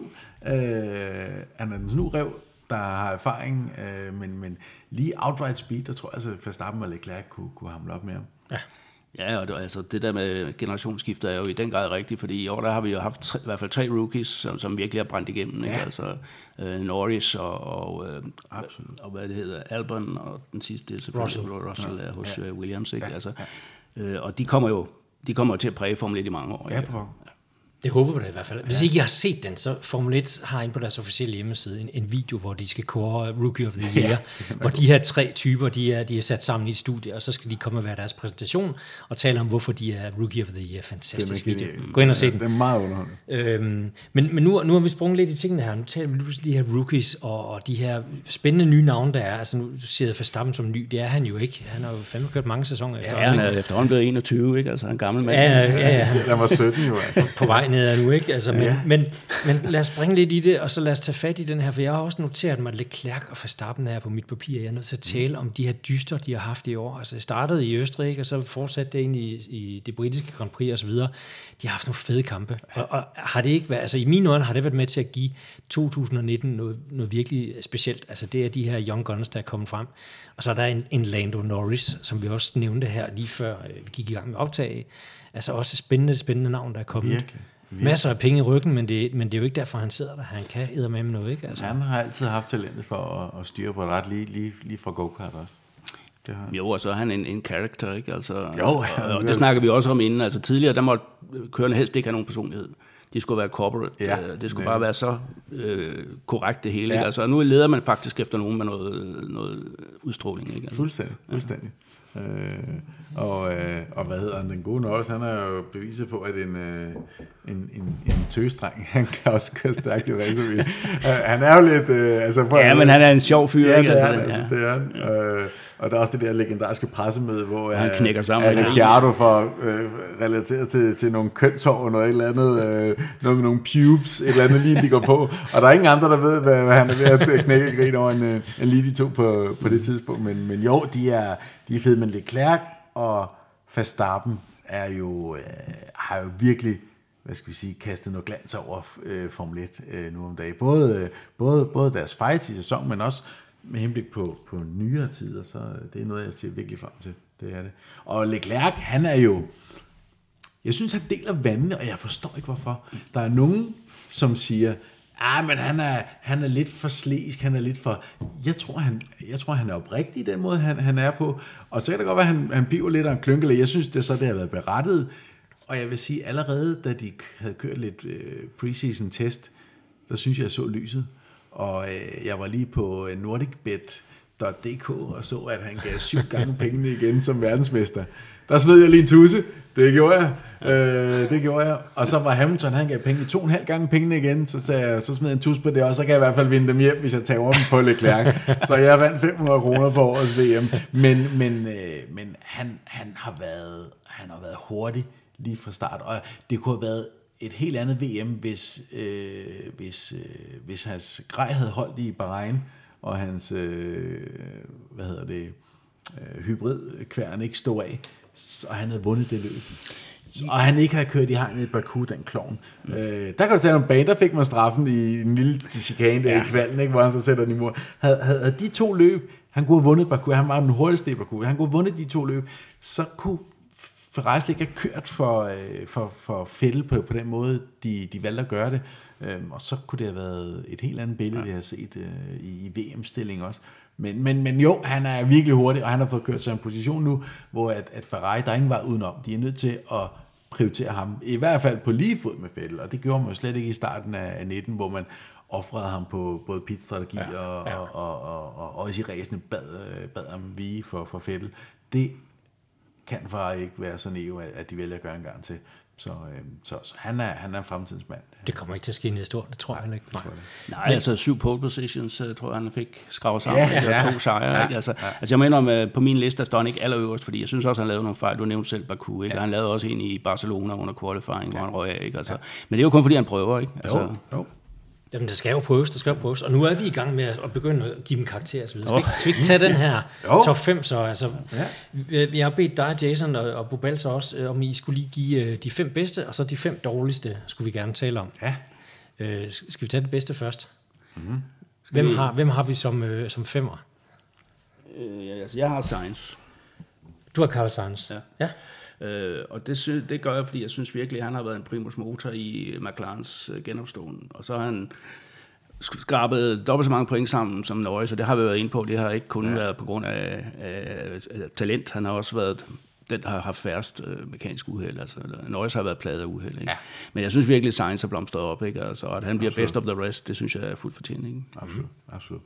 Han er en snu-rev, der har erfaring, men lige outright speed, der tror jeg, altså Verstappen og Leclerc kunne hamle op med ham. Ja, og altså, det der med generationsskiftet er jo i den grad rigtigt, fordi i år der har vi jo haft i hvert fald 3 rookies, som virkelig har brændt igennem. Ikke? Altså Norris og hvad det hedder, Albon, og den sidste det er selvfølgelig Russell er hos Williams. Ikke? Altså, og de kommer jo til at præge Formel 1 i mange år. Ja, det håber vi da i hvert fald. Hvis ikke I har set den, så Formel 1 har inde på deres officielle hjemmeside en video, hvor de skal kåre Rookie of the Year, hvor de her 3 typer, de er sat sammen i et studie, og så skal de komme og være deres præsentation, og tale om, hvorfor de er Rookie of the Year. Fantastisk video. Gå ind og se den. Det er meget underholdende. Men nu har vi sprunget lidt i tingene her. Nu taler vi pludselig de her rookies, og de her spændende nye navne, der er. Altså nu siger jeg Verstappen som ny, det er han jo ikke. Han har jo fandme kørt mange sæsoner efterhånden. Ja, han er efterhånden blevet 21, ikke? Altså en gammel mand. Ja. Han var 17 jo, altså. På vej ned er nu, ikke? Altså, men lad os springe lidt i det, og så lad os tage fat i den her, for jeg har også noteret mig, at Leclerc og Verstappen er på mit papir. Jeg er nødt til at tale om de her dyster, de har haft i år. Altså, det startede i Østrig, og så fortsatte det ind i det britiske Grand Prix og så videre. De har haft nogle fede kampe, og har det ikke været, altså i mine øjne har det været med til at give 2019 noget virkelig specielt. Altså, det er de her young guns, der er kommet frem. Og så er der en Lando Norris, som vi også nævnte her lige før vi gik i gang med optag. Altså også spændende navn, der er kommet. Virkelig. Masser af penge i ryggen, men det er jo ikke derfor, han sidder der. Han kan eddermame med noget, ikke? Altså. Han har altid haft talentet for at styre på et ret lige fra go-kart også. Jo, og så er han en character, ikke? Altså, og det snakker vi også om inden. Altså tidligere, der måtte kørende helst ikke have nogen personlighed. De skulle være corporate. Ja, det skulle bare være så korrekt det hele. Ja. Altså, nu leder man faktisk efter nogen med noget udstråling, ikke? Altså. Fuldstændig. Og hvad hedder han, den gode Norris, han har jo beviset på, at en tøsdreng, han kan også køre stærkt i racerbil. Han er jo lidt... men han er en sjov fyr, ja, ikke? Det er han. Og der er også det der legendariske pressemøde, hvor han knækker sammen. Ricciardo får relateret til nogle kønshår og noget et eller andet, noget med nogle pubes, et eller andet lige, de går på. Og der er ingen andre, der ved, hvad han er ved at knække grin over en lige de to på det tidspunkt. Men jo, de er fede, men Leclerc og Verstappen har jo virkelig, hvad skal vi sige, kastet noget glans over Formel 1 nu om dagen. Både deres fights i sæsonen, men også med henblik på nyere tider, så det er noget, jeg ser virkelig frem til. Det er det. Og Leclerc, han er jo, jeg synes, han deler vandene, og jeg forstår ikke, hvorfor. Der er nogen, som siger, men han er lidt for slæsk, han er lidt for... Jeg tror, han er oprigtig i den måde, han er på. Og så kan det godt være, at han piver lidt af en klønkele. Jeg synes, det har været berettet. Og jeg vil sige, allerede da de havde kørt lidt preseason test, der synes jeg så lyset. Og jeg var lige på nordicbet.dk og så, at han gav 7 gange pengene igen som verdensmester. Der smed jeg lige en tusse. Det gjorde jeg. Og så var Hamilton, han gav pengene 2,5 gange pengene igen. Så sagde jeg, så smed jeg en tusse på det, og så kan jeg i hvert fald vinde dem hjem, hvis jeg tager dem på Leclerc. Så jeg vandt 500 kroner på årets VM. Men han har været hurtig lige fra start. Og det kunne have været et helt andet VM, hvis hans grej havde holdt i Bahrain, og hans hybridkværn ikke stod af, og han havde vundet det løb. Og han ikke havde kørt i hegnet i Baku, den klovn. Der kan du tage nogle bane, der fik man straffen i en lille chikane der i kvalden, ikke, hvor han så sætter den i mur. Havde de 2 løb, han kunne have vundet Baku, han var den hurtigste i Baku, han kunne have vundet de 2 løb, så kunne Ferrari slet ikke er kørt for Vettel på den måde, de valgte at gøre det. Og så kunne det have været et helt andet billede, vi har set i VM-stilling også. Men jo, han er virkelig hurtig, og han har fået kørt sig en position nu, hvor at Ferrari, der er ingen vej udenom. De er nødt til at prioritere ham, i hvert fald på lige fod med Vettel, og det gjorde man jo slet ikke i starten af 19, hvor man offrede ham på både pitstrategi og også i racene bad ham vige for Vettel. Det kan Ferrari ikke være så naiv, at de vælger at gøre en gang til. Så han er fremtidens mand. Det kommer ikke til at ske næste år, det tror jeg ikke. Nej, altså 7 pole positions, tror jeg, han fik skravet sammen. Ja. 2 sejre. Ikke? Altså jeg mener, om på min liste, der står han ikke allerøverst, fordi jeg synes også, han lavede nogle fejl. Du nævnte selv Baku, ikke? Og han lavede også en i Barcelona under qualifying, hvor han røg af. Ikke? Altså, men det er jo kun, fordi han prøver, ikke? Altså, jo. Jamen, det skal jo prøves, og nu er vi i gang med at begynde at give dem karakterer og så videre. Skal vi ikke tage den her top 5 så? Altså, jeg har bedt dig, Jason og Bubal så også, om I skulle lige give de 5 bedste, og så de 5 dårligste skulle vi gerne tale om. Ja. Skal vi tage det bedste først? Mm-hmm. Hvem har vi som 5'er? Jeg har Sainz. Du har Carlos Sainz? Ja. Og det gør jeg, fordi jeg synes virkelig, at han har været en primus motor i McLarens genopståen. Og så har han skrabet dobbelt så mange point sammen som Norris, og det har vi været inde på. Det har ikke kun været på grund af talent. Han har også været den, der har haft færrest mekanisk uheld. Altså, Norris har været plaget af uheld. Ikke? Ja. Men jeg synes virkelig, at Sainz er blomstret op. Ikke? Altså, at han bliver best of the rest, det synes jeg er fuldt fortjent. Ikke? Absolut.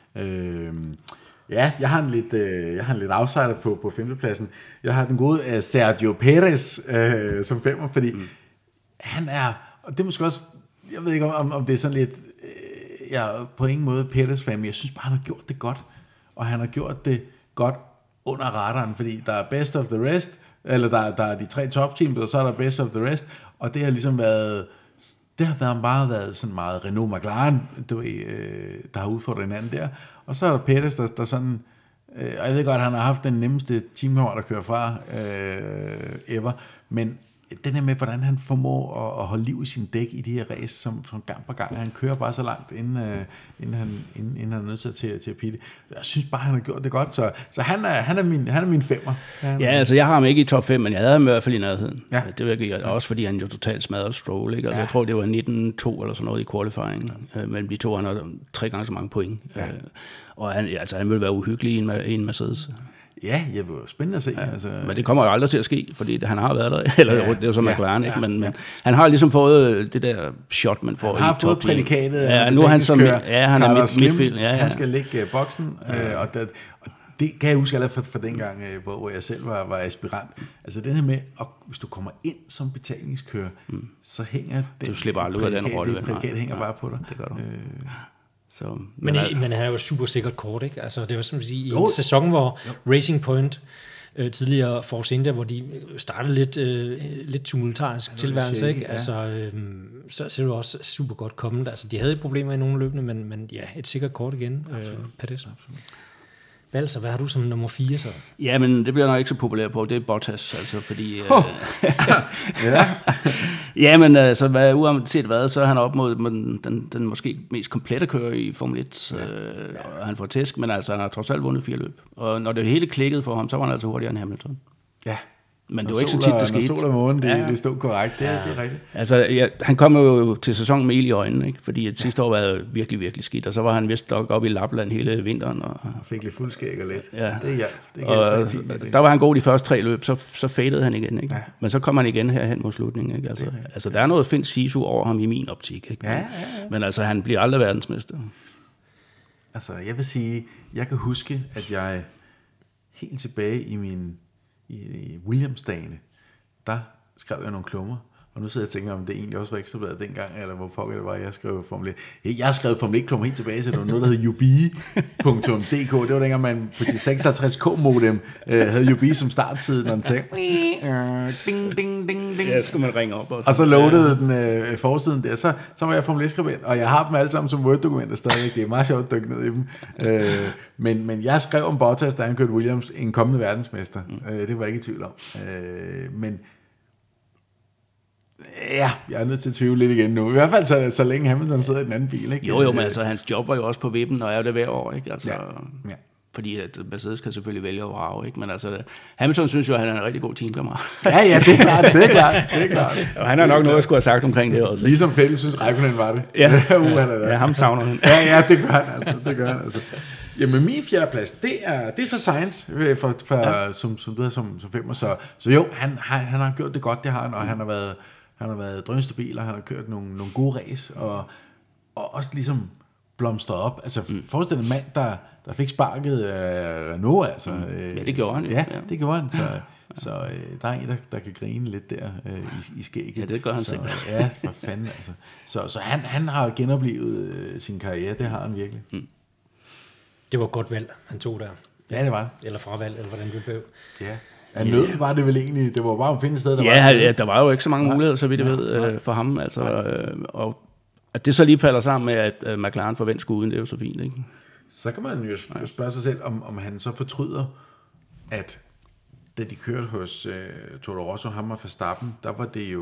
Ja, jeg har en lidt outsider på 5. pladsen. Jeg har den gode Sergio Perez som 5'er, fordi han er, og det er måske også, jeg ved ikke om det er sådan lidt, jeg er på ingen måde Perez-fan, men jeg synes bare, han har gjort det godt, og han har gjort det godt under radaren, fordi der er best of the rest, eller der er de 3 top-teams, og så er der best of the rest, og det har ligesom været, det har bare været sådan meget Renault McLaren, der har udfordret hinanden der. Og så er der Peters, der sådan, og jeg ved godt, at han har haft den nemmeste teamkammerat at køre fra ever, men den her med, hvordan han formår at holde liv i sin dæk i de her race, som gang på gang. Han kører bare så langt, inden han er nødt til at pitte. Jeg synes bare, han har gjort det godt, så han er min 5'er. Ja, altså jeg har ham ikke i top 5, men jeg havde ham i hvert fald i nærheden. Ja. Det vil jeg også, fordi han jo totalt smadrede Stroll. Ikke? Altså, jeg tror, det var 19-2 eller sådan noget i qualifying, men vi tog han 3 gange så mange point. Ja. Og han vil være uhyggelig i en Mercedes. Ja, det var spændende at se. Ja, altså. Men det kommer jo aldrig til at ske, fordi han har været der. Eller det er jo som McLaren, ikke? Men han har ligesom fået det der shot, man får i top. Han har fået prædikatet. Ja, nu er han som han er midtfield. Ja. Han skal ligge boksen, og det kan jeg huske allerede fra dengang, hvor jeg selv var aspirant. Altså den her med, at hvis du kommer ind som betalingskører, så hænger det. Du slipper aldrig ud af den rolle. Det prædikat hænger bare på dig. Det gør du. Så, men han er jo super sikkert kort, ikke? Altså, det var som at sige, i en sæson, hvor Racing Point tidligere Force India, hvor de startede lidt tumultarisk tilværelse, ikke? Ja. Altså, så er det jo også super godt kommet. Altså, de havde problemer i nogle løbende, men ja, et sikkert kort igen. Perez. Valser, hvad har du som nummer 4 så? Ja, men det bliver nok ikke så populært på. Det er Bottas, altså, fordi... ja, men altså, uanset hvad, så er han op mod den måske mest komplette kører i Formel 1. Og han får tæsk, men altså, han har trods alt vundet 4 løb. Og når det hele klikkede for ham, så var han altså hurtigere end Hamilton. Ja. Men det var ikke så tit, det skete. Når sol og månen, det stod korrekt. Det er rigtigt. Altså, han kom jo til sæsonen med ild i øjnene, ikke? Fordi sidste år var virkelig, virkelig skidt. Og så var han vist nok oppe i Lapland hele vinteren. Og fik lidt fuldskæg og lidt. Ja. Det der var han god de første 3 løb, så fadede han igen, ikke? Ja. Men så kom han igen herhen mod slutningen, ikke? Altså, der er noget fint sisu over ham i min optik, ikke? Ja. Men altså, han bliver aldrig verdensmester. Altså, jeg vil sige, jeg kan huske, at jeg helt tilbage i Williams-dagene, der skrev jeg nogle klummer, og nu sidder jeg og tænker, om det egentlig også var Ekstrabladet dengang, eller hvor pokker det var, jeg skrev Formel 1. Jeg skrev Formel 1-klummer helt tilbage, så det var noget, der hed ubi.dk. Det var dengang, man på de 66K-modem havde ubi som startside, når den sagde ding, ding, ding, ding. Ja, så skulle man ringe op. Og så loadede den forsiden der. Så var jeg Formel 1-skribent, og jeg har dem alle sammen som Word-dokumenter stadig. Det er meget sjovt at dykke ned i dem. Men jeg skrev om Bottas, da han kørte Williams, en kommende verdensmester. Det var jeg ikke i tvivl om. Men ja, jeg er nødt til at tvivle lidt igen nu. I hvert fald så længe Hamilton sidder i den anden bil, ikke? Jo, men altså, hans job var jo også på vippen, og er det hver år, ikke? Altså, ja. fordi at Mercedes kan selvfølgelig vælge at vrage, ikke? Men altså, Hamilton synes jo, at han er en rigtig god teamkammerat. Ja, det er klart. Og han har nok noget at skulle have sagt omkring det også. Ligesom Vettel synes, Räikkönen var det. Ja, ham savner han. Ja, det gør han altså. Jamen, min fjerdeplads, det er så Sainz, som du havde som femmer. Så jo, han har gjort det godt, det har han, og han har været drønstabil, og han har kørt nogle gode race, og også ligesom blomstret op. Altså, forestil dig en mand, der fik sparket Renault, altså. Ja, det gjorde han jo. Ja, det gjorde han, så der er en, der kan grine lidt der i skægget. Ja, det gør han sikkert. Ja, for fanden, altså. Så han har genoplevet sin karriere, det har han virkelig. Det var et godt valg, han tog der. Ja, det var det. Eller fravalg, eller hvordan det blev. Ja. Ja, nød var det vel egentlig. Det var bare at finde et sted, der var... Ja, der var jo ikke så mange muligheder, så vidt jeg ved, for ham. Altså, og at det så lige falder sammen med, at McLaren får vendt skuden, det er jo så fint, ikke? Så kan man jo spørge sig selv, om han så fortryder, at da de kørte hos Toro Rosso, ham og Verstappen, der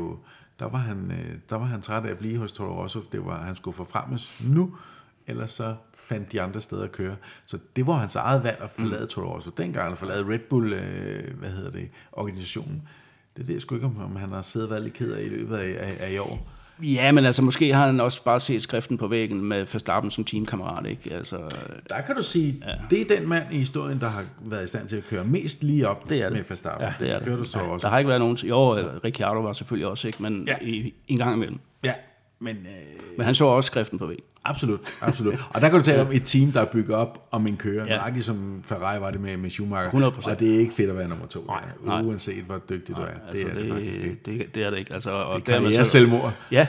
var han træt af at blive hos Toro Rosso. Det var, han skulle forfremmes nu, ellers så fandt de andre steder at køre. Så det var hans eget valg at forlade Toro Rosso. Dengang han forlade Red Bull, organisationen. Det ved jeg sgu ikke, om han har siddet og været lidt ked af i løbet af i år. Ja, men altså måske har han også bare set skriften på væggen med Verstappen som teamkammerat, ikke? Altså, der kan du sige, det er den mand i historien, der har været i stand til at køre mest lige op med Verstappen. Ja, det er det. Du der har ikke været nogen... Jo, Ricciardo var selvfølgelig også, ikke? Men en gang imellem. Ja, men han så også skriften på væggen. Absolut. Og der kan du tale om et team, der er bygget op om en kører. Nøjagtigt som Ferrari var det med Schumacher. 100%. Og det er ikke fedt at være nummer 2. Nej. Uanset hvor dygtig du er. Altså, det er det faktisk ikke. Det er det ikke. Altså, og det kan være selvmord. Ja.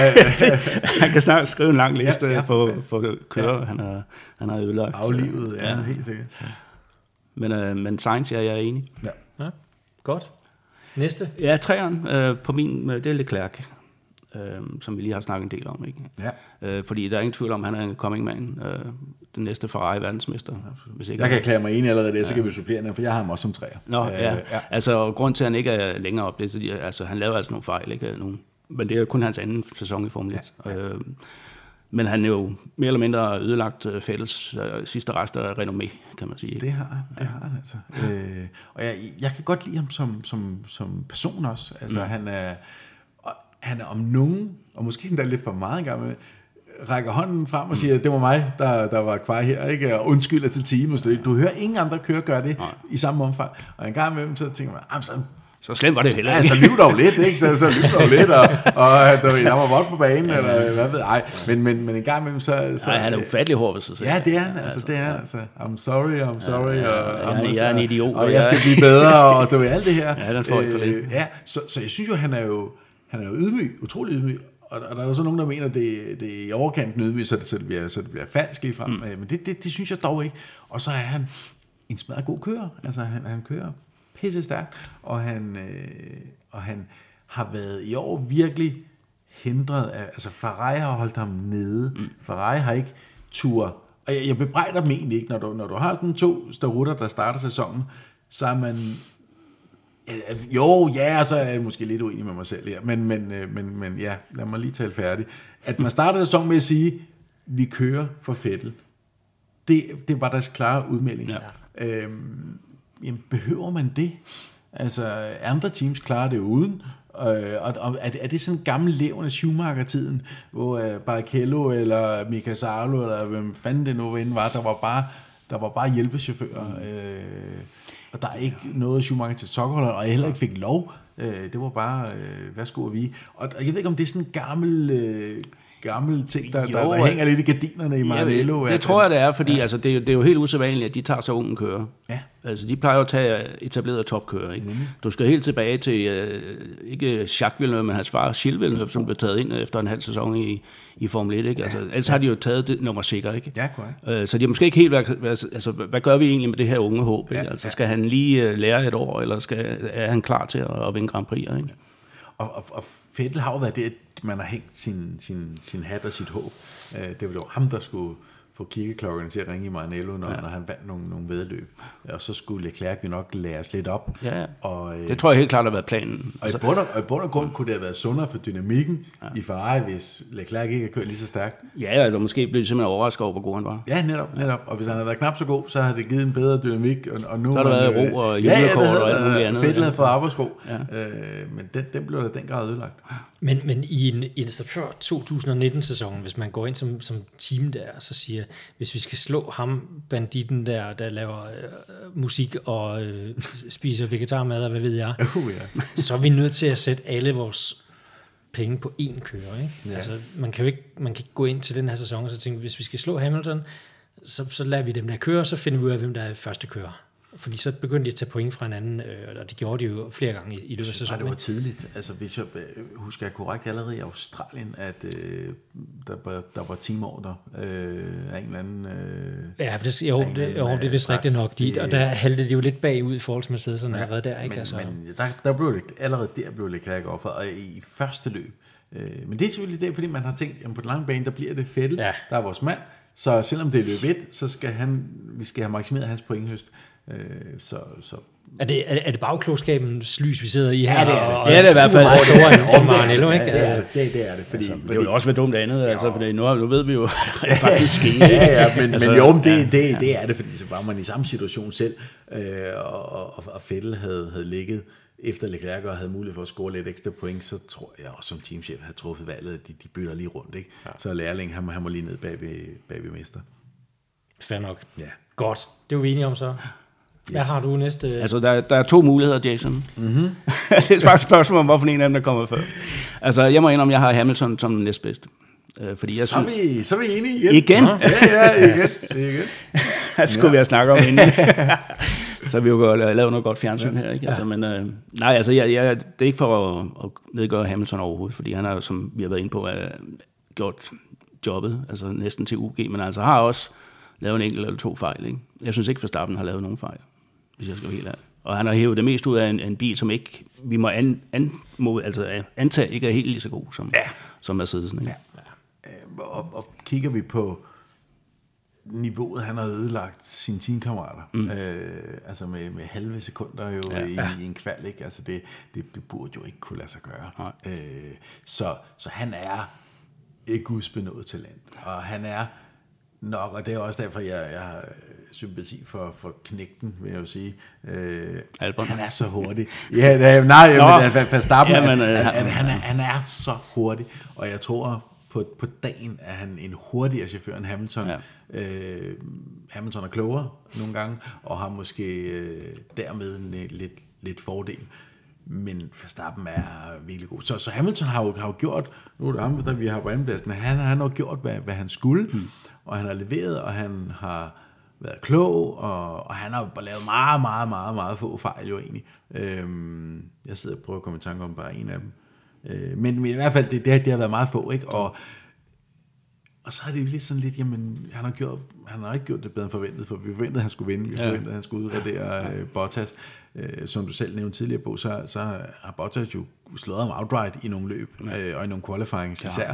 Han kan snart skrive en lang liste på kører. Han har ødelagt. Aflivet, helt sikkert. Men Sainz, jeg er enig. Ja. Godt. Næste? Ja, træeren på min, det er Leclerc. Som vi lige har snakket en del om, ikke? Ja. Fordi der er ingen tvivl om, at han er en coming man, den næste Ferrari-verdensmester. Hvis ikke jeg kan erklære mig enig allerede, så kan vi supplere den, for jeg har ham også som træer. Nå, altså grund til, at han ikke er længere op, det er, altså han laver altså nogle fejl, ikke? Men det er kun hans anden sæson i Formel 1. Ja. Men han er jo mere eller mindre ødelagt Vettels sidste rester af renommé, kan man sige. Det har han altså. Og jeg kan godt lide ham som person også. Altså han er om nogen, og måske endda lidt for meget engang med, rækker hånden frem og siger, det var mig, der var kvar her, ikke? Og undskylder til teamet. Du hører ingen andre kører gøre det i samme omfang. Og en gang med dem, så tænker man, så slemt var det heller ikke. Ja, så lyv dog lidt, ikke? Så lyv dog lidt, og jeg var vold på banen, eller hvad ved jeg. Men en gang med dem, så han er ufattelig hård ved sig selv. Ja, det er han, det er han. Altså, I'm sorry, jeg er en idiot. Og jeg skal blive bedre, og det var alt det her. Ja, den får ikke for det. Ja, så jeg synes jo, han er jo ydmyg, utrolig ydmyg, og der er jo så nogen, der mener, det er i overkanten ydmyg, så det bliver falsk lige frem. Men det synes jeg dog ikke. Og så er han en smadret god kører. Altså, han kører pisse stærkt, og han har været i år virkelig hindret af, altså Ferrari har holdt ham nede. Ferrari har ikke tur. Og jeg bebrejder dem egentlig ikke, når du har sådan 2 starutter, der starter sæsonen, så er man så er jeg måske lidt uenig med mig selv her, men ja, lad mig lige tale færdig. At man starter sæsonen med at sige, vi kører for Vettel. Det var deres klare udmelding. Ja. Jamen, behøver man det? Altså, andre teams klarer det uden. Og er det sådan en gammel levende af Schumacher-tiden, hvor Barrichello eller Mika Salo, eller hvem fanden det nu end var, der var bare hjælpechauffører. Og der er ikke noget Schumacher til sokkerholder, og jeg heller ikke fik lov. Det var bare, værsgo og vi. Og jeg ved ikke, om det er sådan en gammel ting, der hænger lidt i gardinerne i Maranello. Det tror jeg, det er, fordi altså, det er jo helt usædvanligt, at de tager så unge kører. Ja. Altså, de plejer jo at tage etablerede topkører. Ikke? Du skal helt tilbage til, ikke Jacques Villeneuve, men hans far, Gilles Villeneuve, som blev taget ind efter en halv sæson i Formel 1. Ikke? Altså, ellers har de jo taget det nummer sikker. Ikke? Ja, korrekt. Så de har måske ikke helt altså, hvad gør vi egentlig med det her unge håb? Ikke? Altså, skal han lige lære et år, eller er han klar til at vinde Grand Prix? Ikke? Og Vettel har jo været det, at man har hængt sin hat og sit håb. Det var jo ham, der skulle få kiggeklokkerne til at ringe i Maranello, når han vandt nogle væddeløb. Og så skulle Leclerc jo nok lære os lidt op. Ja. Og, det tror jeg helt klart har været planen. Og i bund og grund kunne det have været sundere for dynamikken i Ferrari, hvis Leclerc ikke havde kørt lige så stærkt. Ja, eller måske blev det simpelthen overrasket over, hvor god han var. Ja, netop. Og hvis han havde været knap så god, så havde det givet en bedre dynamik. Og nu så har der været ro og julekort og alt muligt andet. Vettel havde fået arbejdssko. Ja. Men den blev da den grad ødelagt. Men så før 2019-sæsonen, hvis man går ind som team der, så siger, hvis vi skal slå ham, banditten der laver musik og spiser vegetarmad og hvad ved jeg, så er vi nødt til at sætte alle vores penge på én kører. Ikke? Ja. Altså, man kan ikke gå ind til den her sæson og så tænke, hvis vi skal slå Hamilton, så lader vi dem der køre, så finder vi ud af, hvem der er første kører. Fordi så begyndte de at tage point fra hinanden, og det gjorde de jo flere gange i løbet af sæsonen. Det var tidligt. Altså, hvis jeg husker korrekt, allerede i Australien, at der var teamorder af en eller anden... Ja, det er vist rigtigt nok. Og der haltede de jo lidt bagud i forhold til Mercedes, sådan har været der. Ikke? Men der blev det, allerede der blev Leclerc offeret, og i første løb. Men det er selvfølgelig det, fordi man har tænkt, at på den lange bane, der bliver det Vettel, der er vores mand, så selvom det er løb 1, så skal vi skal have maksimeret hans pointhøst. Er det bagklogskabens lys, vi sidder i her? Ja, det er i hvert fald over Maranello, ikke? Det er det. Fordi, det ville også være dumt andet, altså, for nu ved vi jo, at det faktisk sker. Men det er det, fordi så var man i samme situation selv, og Vettel havde ligget efter Leclerc og havde mulighed for at score lidt ekstra point, så tror jeg også som teamchef havde truffet valget, at de bytter lige rundt, ikke? Ja. Så lærling, han må lige ned bag ved mester. Fair nok. Ja. Godt, det er vi enige om så. Hvad har du næste? Altså, der er 2 muligheder, Jason. Mm-hmm. Det er faktisk et spørgsmål om, hvorfor en af dem, der kommer før. Altså, jeg må indrømme, jeg har Hamilton som den næstbedste. Fordi jeg så er vi enige igen. Igen? Ja, igen. Det skulle vi have snakket om inden. Så vi jo lavet noget godt fjernsyn her, ikke? Altså, men, nej, altså, det er ikke for at nedgøre Hamilton overhovedet, fordi han har, som vi har været inde på, gjort jobbet, altså næsten til UG, men altså har også lavet en enkelt eller 2 fejl, ikke? Jeg synes ikke, Verstappen har lavet nogen fejl, hvis jeg skal være helt ærlig. Og han har hævet det mest ud af en bil, som ikke, vi må antage ikke er helt lige så god som Mercedesen, ikke? Ja. Og kigger vi på niveauet, han har ødelagt sine teamkammerater, altså med halve sekunder jo i en kval, ikke? Altså det burde jo ikke kunne lade sig gøre. Så han er et gudsbenået talent, og han er nok, og det er også derfor, jeg har sympati for knægten, vil jeg jo sige. Han er så hurtig. Verstappen, han er så hurtig, og jeg tror, på dagen er han en hurtigere chauffør end Hamilton. Ja. Hamilton er klogere nogle gange, og har måske dermed en lidt fordel. Men Verstappen er virkelig god. Så Hamilton har jo gjort, nu er det ham, der vi har på andenpladsen, han har gjort, hvad han skulle, og han har leveret, og han har været klog, og han har bare lavet meget, meget, meget, meget få fejl jo egentlig. Jeg sidder og prøver at komme i tanke om bare en af dem. Men i hvert fald, det har været meget få, ikke? Og så er det jo lidt sådan lidt, jamen, han har ikke gjort det bedre end forventet, for vi forventede, at han skulle vinde. Vi forventede, at han skulle udradere Bottas. Som du selv nævnte tidligere på, så har Bottas jo slået ham outright i nogle løb, og i nogle qualifyings især.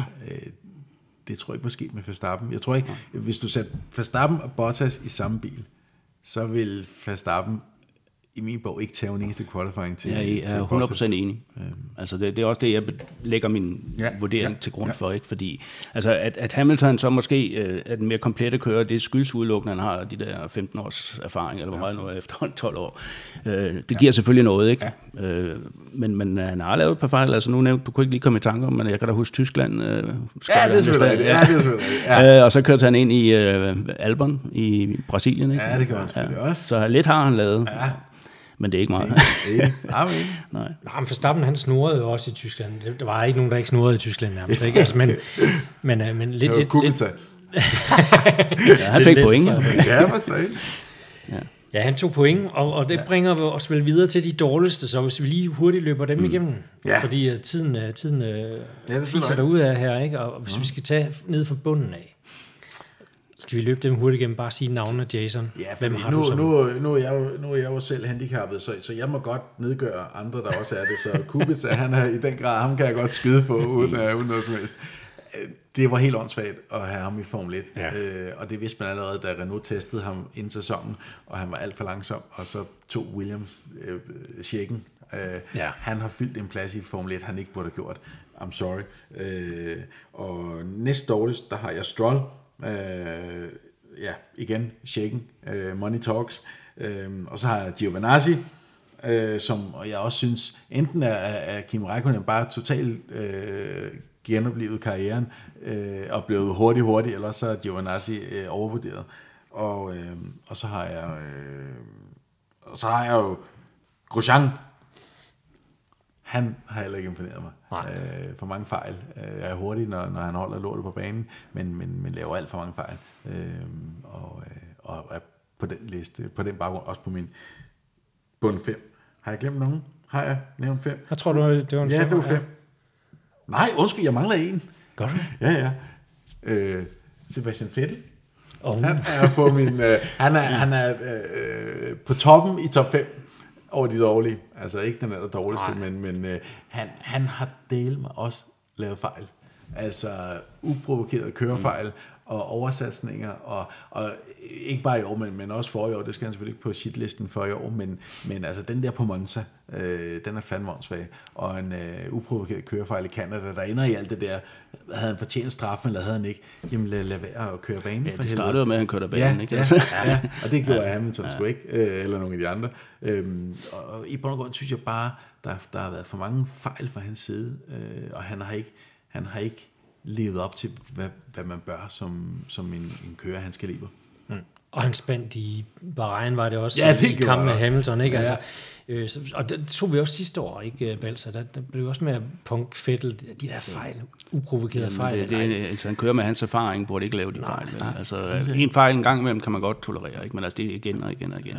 Det tror jeg ikke var sket med Verstappen. Jeg tror ikke, hvis du satte Verstappen og Bottas i samme bil, så vil Verstappen i min bog ikke tage en eneste qualifying til. Jeg er 100% enig. Altså det er også det, jeg lægger min vurdering til grund for, ikke? Fordi altså at Hamilton så måske er den mere komplette kører, det skyldes udelukkende, han har de der 15 års erfaring, eller hvor meget nu efter 12 år. Det giver selvfølgelig noget, ikke? Ja. Men han har lavet et par fejl. Altså nu nævnte du kunne ikke lige komme i tanke om, men jeg kan da huske Tyskland. Det er selvfølgelig. Og så kørte han ind i Albon i Brasilien, ikke? Ja, det gør han selvfølgelig også. Så lidt har han lavet. Ja. Men det er ikke meget. Nej, men Verstappen, han snurrede jo også i Tyskland. Der var ikke nogen, der ikke snurrede i Tyskland nærmest. Ikke? Altså, men lidt... Han fik point. Ja, for sig. Ja, han tog point, og det bringer os vel videre til de dårligste, så hvis vi lige hurtigt løber dem igennem. Ja. Fordi tiden fiser derude af her, ikke? Og hvis vi skal tage ned fra bunden af, skal vi løbe dem hurtigt igennem, bare sige navnene, Jason? Ja, hvem har nu er jeg jo selv handicappet, så jeg må godt nedgøre andre, der også er det. Så Kubica, han er i den grad, ham kan jeg godt skyde på, uden noget som helst. det var helt åndssvagt at have ham i Formel 1. Ja. Og det vidste man allerede, da Renault testede ham inden sæsonen, og han var alt for langsom, og så tog Williams checken. Han har fyldt en plads i Formel 1, han ikke burde have gjort. I'm sorry. Og næst dårligst, der har jeg Stroll. Igen, shaken. Money talks. Og så har jeg Giovinazzi, som jeg også synes, enten er Kimi Räikkönen bare totalt genoplevet karrieren og blevet hurtig, eller så er Giovinazzi overvurderet. Og så har jeg jo Grosjean. Han har heller ikke imponeret mig. For mange fejl. Jeg er hurtig, når han holder lortet på banen, men laver alt for mange fejl. Og er på den liste, på den baggrund, også på min bund 5. Har jeg glemt nogen? Har jeg nævnt 5? Jeg tror, det var en 5. Ja, det var 5. Nej, undskyld, jeg mangler en. Godt. Ja. Sebastian Vettel. Han er på min... han er på toppen i top 5 over de dårlige. Altså ikke den aller dårligste, men han har delt mig også lavet fejl. Altså uprovokerede kørefejl og oversatsninger, og ikke bare i år, men også for i år. Det skal han selvfølgelig ikke på shitlisten for i år, men altså den der på Monza, den er fandme åndssvag. Og en uprovokeret kørefejl i Canada, der ender i alt det der. Havde han fortjent straffen, eller havde han ikke? Jamen lad være at køre banen. Ja, det startede jo med, at han kørte banen, ikke? Ja, og det gjorde Hamilton sgu ikke, eller nogle af de andre. Og i bund og grund synes jeg bare, der har været for mange fejl fra hans side, og han har ikke levet op til, hvad man bør som en kører, han skal leve. Og han spændt i Bahrain, var det også i kamp med Hamilton, ikke? Ja. Altså, og det tog vi også sidste år, ikke, Balser? Der blev også mere punk Vettel, de der fejl, uprovokerede fejl. Altså, han kører med hans erfaring, burde ikke lave de fejl. Altså, en fejl en gang imellem kan man godt tolerere, ikke? Men altså, det er igen og igen og igen.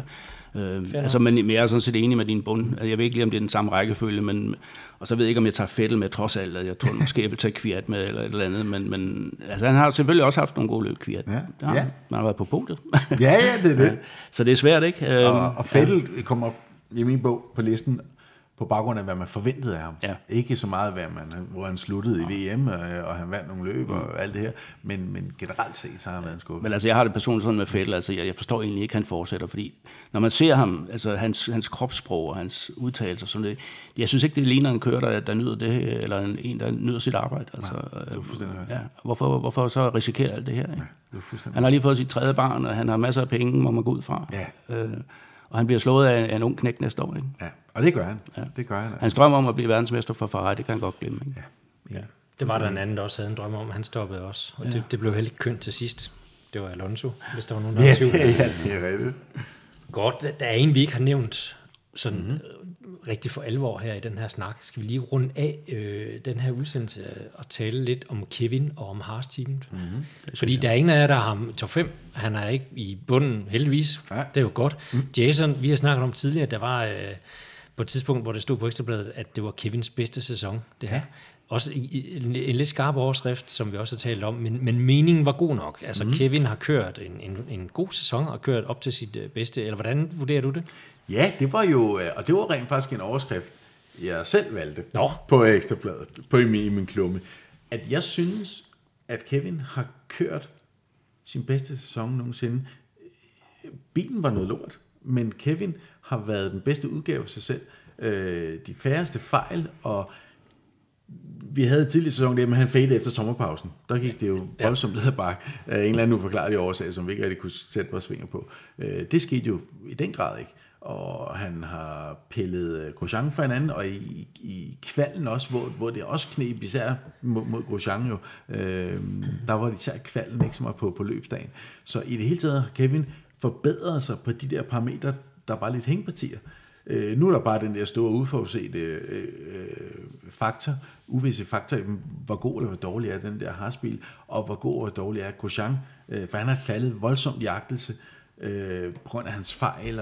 Men jeg er sådan set enig med din bund. Jeg ved ikke lige, om det er den samme rækkefølge, og så ved jeg ikke, om jeg tager Vettel med trods alt. Jeg tror måske, jeg vil tage Kvyat med eller et eller andet, men altså, han har selvfølgelig også haft nogle gode løb, Kvyat. Ja. Man har været på podiet. Ja, det er det. Så det er svært, ikke? Og Vettel kommer i min bog på listen på baggrund af, hvad man forventede af ham. Ja. Ikke så meget, hvor han sluttede i VM, og han vandt nogle løb og alt det her, men generelt set, så har han været en skuffe. Men altså, jeg har det personligt sådan med Vettel, altså, jeg forstår egentlig ikke, at han fortsætter, fordi når man ser ham, altså hans kropssprog og hans udtalelser, sådan det, jeg synes ikke, det ligner en kører, der nyder det, eller en, der nyder sit arbejde. Altså, det er fuldstændig ja, hvorfor så risikere alt det her? Ikke? Han har lige fået sit 3. barn, og han har masser af penge, må man gå ud fra. Ja. Og han bliver slået af en ung knægt næste år, ikke? Ja, og det gør han. Ja. Det gør han. Hans drøm om at blive verdensmester for Ferrari, det kan han godt glemme, ikke? Ja. Det var der en anden, der også havde en drøm om, han stoppede også. Og det blev heller ikke kønt til sidst. Det var Alonso, hvis der var nogen, der var tvivl. Ja, det er rigtigt. Godt, der er en, vi ikke har nævnt sådan rigtig for alvor her i den her snak. Skal vi lige runde af den her udsendelse og tale lidt om Kevin og om Haas-teamet? Fordi der er ingen af jer, der har ham top 5. Han er ikke i bunden, heldigvis. Ja. Det er jo godt. Jason, vi har snakket om tidligere, der var på et tidspunkt, hvor det stod på Ekstrabladet, at det var Kevins bedste sæson, det her. Også en lidt skarp overskrift, som vi også har talt om, men meningen var god nok. Altså Kevin har kørt en god sæson og kørt op til sit bedste, eller hvordan vurderer du det? Ja, det var jo, og det var rent faktisk en overskrift, jeg selv valgte på Ekstrabladet, på i min klumme, at jeg synes, at Kevin har kørt sin bedste sæson nogensinde. Bilen var noget lort, men Kevin har været den bedste udgave af sig selv. De færreste fejl, og vi havde tidligere sæson der, men han fadede efter sommerpausen. Der gik det jo voldsomt ned ad bakke. En eller anden uforklarlig årsag, som vi ikke rigtig kunne sætte vores finger på. Det skete jo i den grad ikke. Og han har pillet Grosjean fra hinanden, og i kvalden også, hvor det også kneb, især mod Grosjean jo, der var det især kvalden ikke så meget på løbsdagen. Så i det hele taget har Kevin forbedret sig på de der parametre, der var lidt hængepartier. Nu er der bare den der store udforudsete faktor, uvisse faktor, hvor god eller hvor dårlig er den der Haas-bil, og hvor god og hvor dårlig er Grosjean, for han har faldet voldsomt i agtelse, på grund af hans fejl,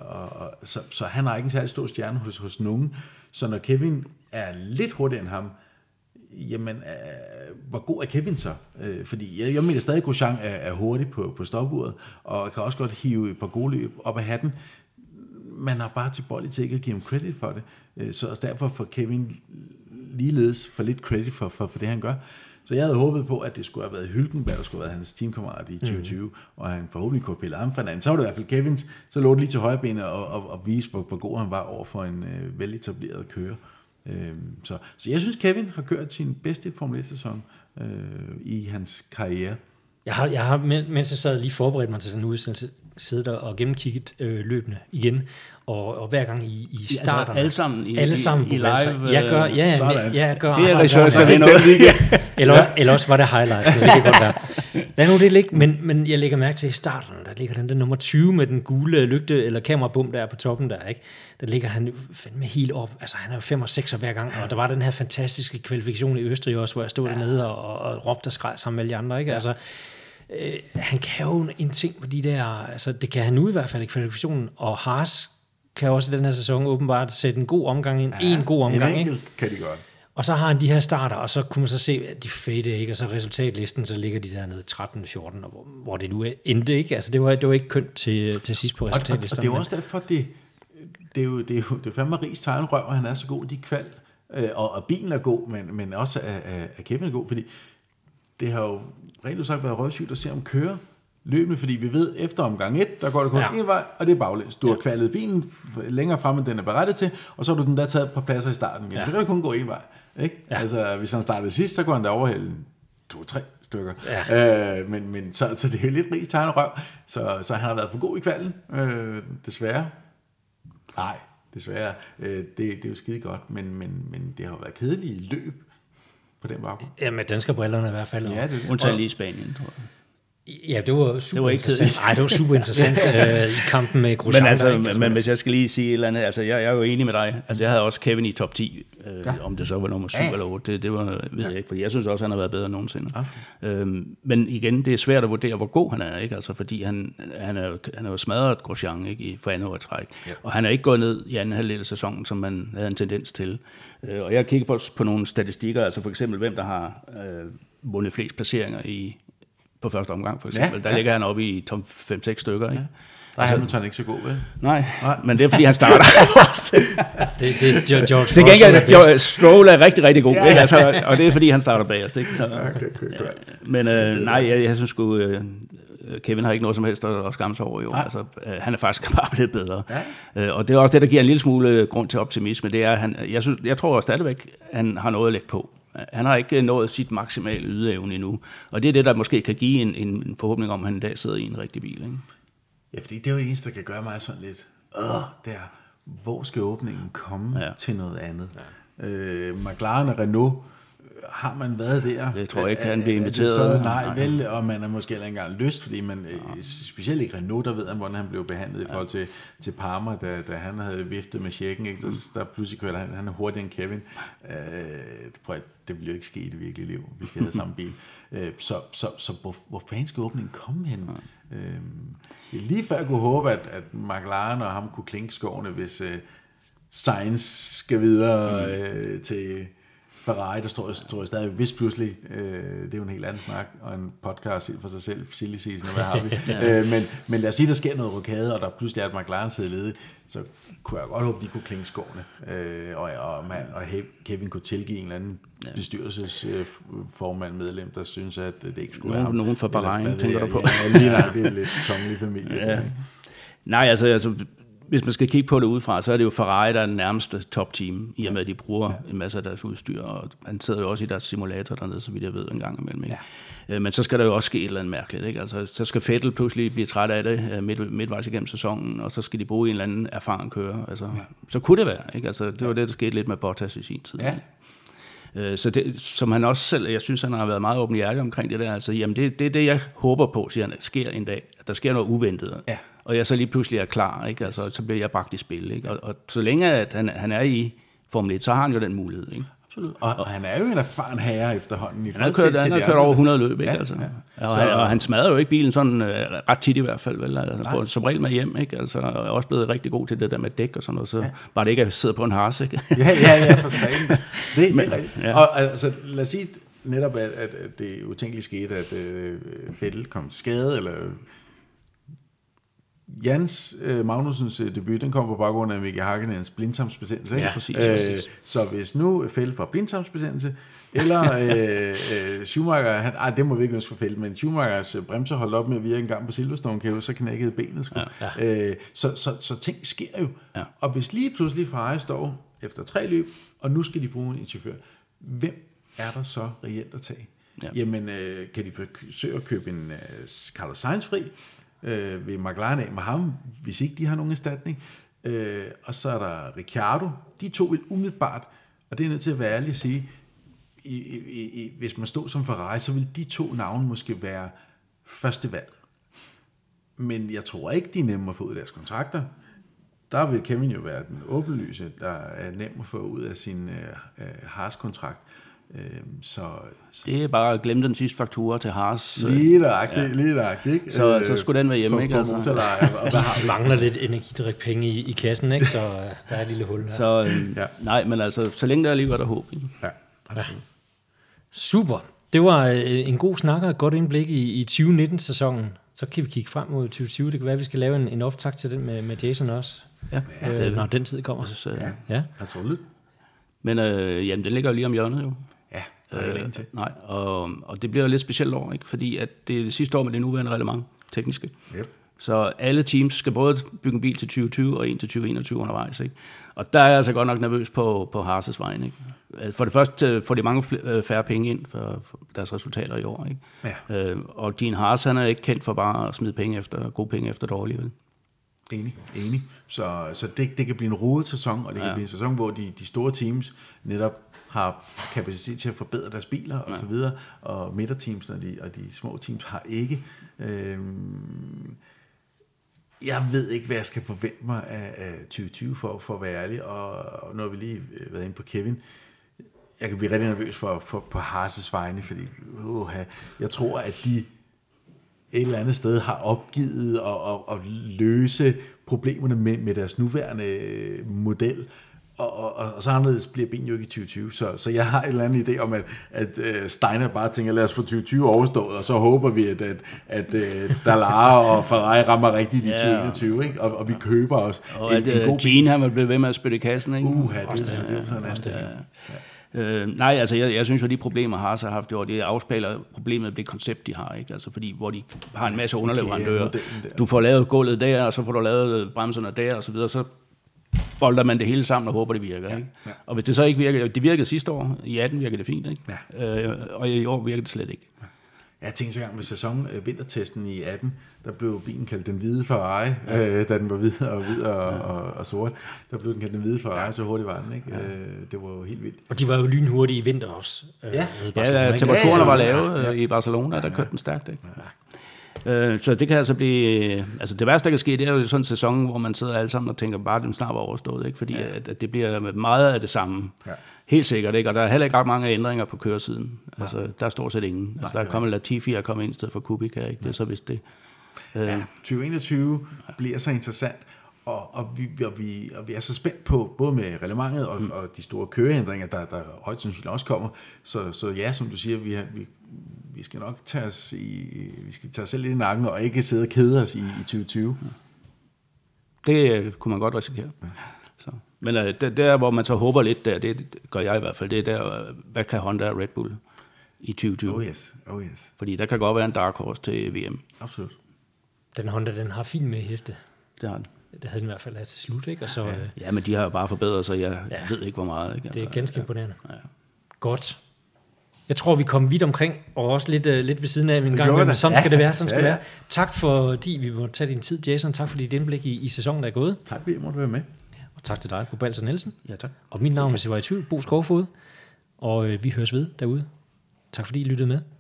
så han har ikke en særlig stor stjerne hos nogen. Så når Kevin er lidt hurtigere end ham, jamen, hvor god er Kevin så? Fordi jeg mener stadig, at Grosjean er hurtig på stopuret, og kan også godt hive et par gode løb op af hatten. Man har bare tilbøjeligt til ikke at give ham credit for det. Så derfor får Kevin ligeledes for lidt credit for det, han gør. Så jeg havde håbet på, at det skulle have været Hülkenberg, der skulle have været hans teamkammerat i 2020, og han forhåbentlig kunne pille ham for den. Så var det i hvert fald Kevins, så lå det lige til højrebenet og vise, hvor god han var over for en veletableret kører. Så jeg synes, Kevin har kørt sin bedste Formel 1-sæson i hans karriere. Jeg har, mens jeg sad lige forberedt mig til den udsendelse, siddet der og gennemkigget løbene igen, og hver gang i starten. Altså alle sammen i live. Jeg gør, jeg gør. Det er research, der vinder. Eller også var det highlights, det kan godt være. Lad nu det ligge, men jeg lægger mærke til i starten, der ligger den der nummer 20 med den gule lygte, eller kamerabum der på toppen der, ikke? Der ligger han fandme helt op, altså han er jo 5 og 6 hver gang, og der var den her fantastiske kvalifikation i Østrig også, hvor jeg stod dernede og råbte og skreg sammen med alle de andre, ikke? Altså, han kan jo en ting på de der, altså det kan han nu i hvert fald i kvalifikationen, og Haas kan også i den her sæson åbenbart sætte en god omgang ind, en god omgang, en enkelt kan de godt. Og så har han de her starter, og så kunne man så se, at de fade ikke, og så resultatlisten, så ligger de dernede 13-14, hvor det nu endte, ikke? Altså det var ikke kønt til sidst på resultatlisten. Og det er jo også derfor, det er jo fandme Ries tegnrøv, og han er så god i de kval, og bilen er god, men også er Kevin er god, fordi det har jo rent sagt været røvsygt at se om kører løbende, fordi vi ved, efter omgang 1, der går det kun en vej, og det er baglæns. Du har kvalet bilen længere frem, end den er berettet til, og så har du den der taget på pladser i starten. Så kan det kun gå en vej. Ikke? Ja. Altså, hvis han startede sidst, så kunne han da overhælde 2-3 stykker. Ja. Men så det er lidt Ries tegn og røv, så han har været for god i kvalen, desværre. Nej, desværre. Det er jo skide godt, men det har jo været kedelige løb på den baggrund. Ja, med danskerbrillerne i hvert fald. Ja, det er undtagen lige i Spanien, tror jeg. Ja, det var super interessant. Nej, det var super interessant i kampen med Grosjean. Men hvis jeg skal lige sige et eller andet, altså jeg er jo enig med dig. Altså jeg havde også Kevin i top 10, om det så var nummer 7 eller 8, det var, ved jeg ikke, fordi jeg synes også, han har været bedre end nogensinde. Men igen, det er svært at vurdere, hvor god han er, ikke? Altså fordi han er jo smadret Grosjean, ikke, for andet år i træk. Ja. Og han er ikke gået ned i anden halvdel af sæsonen, som man havde en tendens til. Og jeg kigger på nogle statistikker, altså for eksempel, hvem der har vundet flest placeringer på første omgang, for eksempel. Der ligger han oppe i top 5-6 stykker, ikke? Der er Hamilton ikke så god, vel? Nej, men det er, fordi han starter. det er George Til gengæld, Stroll er rigtig, rigtig god, ikke? Altså, og det er, fordi han starter bagerst, ikke? Så, men nej, jeg synes sgu, Kevin har ikke noget som helst at skamme sig over, jo. Altså, han er faktisk bare blevet bedre. Ja. Og det er også det, der giver en lille smule grund til optimisme. Det er, jeg tror også stadigvæk, han har noget at lægge på. Han har ikke nået sit maksimale ydeevne endnu, og det er det, der måske kan give en forhåbning om, at han en dag sidder i en rigtig bil, ikke? Ja, fordi det er jo det eneste, der kan gøre mig sådan lidt, hvor skal åbningen komme til noget andet? Ja. McLaren og Renault, har man været der? Jeg tror ikke, han bliver inviteret. Nej, vel, og man er måske heller ikke engang lyst, fordi man, specielt ikke Renault, der ved han, hvordan han blev behandlet i forhold til Parma, da han havde viftet med checken, ikke? Så der pludselig kørte han er hurtigere end Kevin. Det ville jo ikke ske i det virkelige liv, hvis de havde samme bil. Så hvor fanden skal åbningen komme hen? Lige før jeg kunne håbe, at McLaren og ham kunne klinke skårene, hvis Sainz skal videre til Ferrari, der står stadig vist pludselig, det er jo en helt anden snak, og en podcast for sig selv, silly season, og hvad har vi. Men lad os sige, der sker noget rokade, og der pludselig er et McLaren sidder ledigt, så kunne jeg godt håbe, de kunne klinge skårene, og Kevin kunne tilgive en eller anden bestyrelsesformand, medlem, der synes, at det ikke skulle være nogen fra Bahrain, tænker du på? Ja, lige nok, det er en lidt kongelig familie. Ja. Nej, altså hvis man skal kigge på det udefra, så er det jo Ferrari, der er den nærmeste top-team, i og med, at de bruger en masse af deres udstyr, og han sidder jo også i deres simulator dernede, så vidt jeg ved, en gang imellem. Ja. Men så skal der jo også ske et eller andet mærkeligt, ikke? Altså, så skal Vettel pludselig blive træt af det midtvejs igennem sæsonen, og så skal de bruge en eller anden erfaren kører. Altså, så kunne det være, ikke? Altså, det var det, der skete lidt med Bottas i sin tid. Ja. Så det, som han også selv, jeg synes, han har været meget åbenhjertig omkring det der, altså, jamen det er det, jeg håber på, siger han, sker en dag, at der sker noget uventet. Ja. Og jeg så lige pludselig er klar, ikke? Altså, så bliver jeg bragt i spil, ikke? Og så længe at han er i Formel 1, så har han jo den mulighed, ikke? Absolut. Og han er jo en erfaren herre efterhånden. Han har kørt over 100 løb, ikke? Altså. Og han smadrer jo ikke bilen sådan ret tit i hvert fald, vel? Altså, får som regel med hjem, ikke? Altså, og er også blevet rigtig god til det der med dæk og sådan noget, så bare det ikke at sidde på en Haas, ikke? ja, for sagen. Det er rigtigt. Ja. Og altså, lad os sige netop, at det utænkeligt skete, at Vettel kom til skade, eller Jans Magnusens debut, den kom på baggrund af Mikke Hakkenens blindtarmsbetændelse. Ja, præcis. Så hvis nu Fælde får blindtarmsbetændelse, eller Schumacher, det må vi ikke ønske for Fælde, men Schumachers bremser holdt op med at virke en gang på Silverstone, kan jo så knækkede benet sgu. Ja. Så ting sker jo. Ja. Og hvis lige pludselig Ferrari står efter 3 løb, og nu skal de bruge en chauffør, hvem er der så reelt at tage? Ja. Jamen, kan de forsøge at købe en Carlos Sainz fri? Ved McLaren af med ham, hvis ikke de har nogen erstatning. Og så er der Ricciardo. De to vil umiddelbart, og det er nødt til at være ærlig at sige, hvis man stod som Ferrari, så vil de 2 navne måske være første valg. Men jeg tror ikke, de er nemme at få ud af deres kontrakter. Der vil Kevin jo være den åbenlyse, der er nem at få ud af sin Haas-kontrakt. Det er bare at glemme den sidste faktura til Haas. Lige nøjagtigt, ikke? Så skulle den være hjemme, ikke? Altså. De mangler lidt energidrik-penge i kassen, ikke? Så der er et lille hul her. Så nej, men altså, så længe der er liv, er der håb. Ikke? Ja, absolut. Super. Det var en god snak og et godt indblik i 2019-sæsonen. Så kan vi kigge frem mod 2020. Det kan være, at vi skal lave en optakt til den med Jason også. Ja, når den tid kommer. Ja, absolut. Men jamen, det ligger jo lige om hjørnet jo. Ja, der er længe til. Nej, og det bliver jo lidt specielt år, ikke? Fordi at det er det sidste år med det nuværende reglement, tekniske. Yep. Så alle teams skal både bygge en bil til 2020 og en til 2021 undervejs, ikke? Og der er jeg altså godt nok nervøs på Haas' vejen, ikke? For det første får de mange færre penge ind for deres resultater i år, ikke? Ja. Og Gene Haas, han er ikke kendt for bare at smide gode penge efter dårlige, vel? Enig. Så det kan blive en rodet sæson, og det kan blive en sæson, hvor de store teams netop har kapacitet til at forbedre deres biler og så videre, og midterteams og de små teams har ikke. Jeg ved ikke, hvad jeg skal forvente mig af 2020 for at være ærlig, og nu har vi lige været inde på Kevin. Jeg kan blive rigtig nervøs på Haas' vegne, fordi jeg tror, at de et eller andet sted har opgivet at løse problemerne med deres nuværende model, og så anderledes bliver bilen jo ikke i 2020, så jeg har en eller anden idé om, at Steiner bare tænker, lad os få 2020 overstået, og så håber vi, at Dallara og Ferrari rammer rigtigt i 2021, ikke? Og vi køber os og en god Gene, han vil blive ved med at spille i kassen, ikke? Nej, altså jeg synes jo, de problemer Haas har haft, det afspejler problemet af det koncept, de har, ikke? Altså fordi, hvor de har en masse underleverandører. Du får lavet gulvet der, og så får du lavet bremserne der, og så videre, så bolder man det hele sammen og håber, det virker, ikke? Ja. Og hvis det så ikke virker, det virkede sidste år, i 18 virkede det fint, ikke? Ja. Og i år virker det slet ikke. Jeg tænkte så gang med vintertesten i 18, der blev bilen kaldt den hvide Ferrari, da den var hvid og sort. Der blev den kaldt den hvide Ferrari, så hurtigt var den, ikke? Det var jo helt vildt. Og de var jo lynhurtige i vinter også. Temperaturerne var lave i Barcelona, der kørte den stærkt, ikke? Ja. Så det kan altså blive... Altså det værste, der kan ske, det er jo sådan en sæson, hvor man sidder alle sammen og tænker, bare den snart var overstået, ikke? Fordi at det bliver meget af det samme. Ja. Helt sikkert, ikke? Og der er heller ikke ret mange ændringer på køresiden. Altså, der er stort set ingen. Altså, der er kommet Latifi og kommet ind i stedet for Kubica, ikke? Det er så vist det. 2021 bliver så interessant, og vi er så spændt på, både med reglementet og de store køreændringer, der højst sandsynligt også kommer. Så ja, som du siger, vi skal nok tage os selv lidt i nakken, og ikke sidde og kede os i 2020. Det kunne man godt risikere. Ja. Så. Men der, hvor man så håber lidt, det gør jeg i hvert fald, det er der, hvad kan Honda og Red Bull i 2020? Oh yes. Fordi der kan godt være en dark horse til VM. Absolut. Den Honda, den har fint med heste. Det har den. Det havde den i hvert fald af til slut, ikke? Og så, ja, men de har jo bare forbedret sig, jeg ved ikke, hvor meget. Ikke? Det er ganske imponerende. Ja. Godt. Jeg tror, vi kom vidt omkring, og også lidt ved siden af en gang, men sådan skal det være, Tak fordi vi måtte tage din tid, Jason. Tak for dit indblik i sæsonen, der er gået. Tak fordi jeg måtte være med. Og tak til dig, Bo Balser Nielsen. Ja, tak. Og mit navn, hvis I var i tvivl, Bo Skovfod. Og vi høres ved derude. Tak fordi I lyttede med.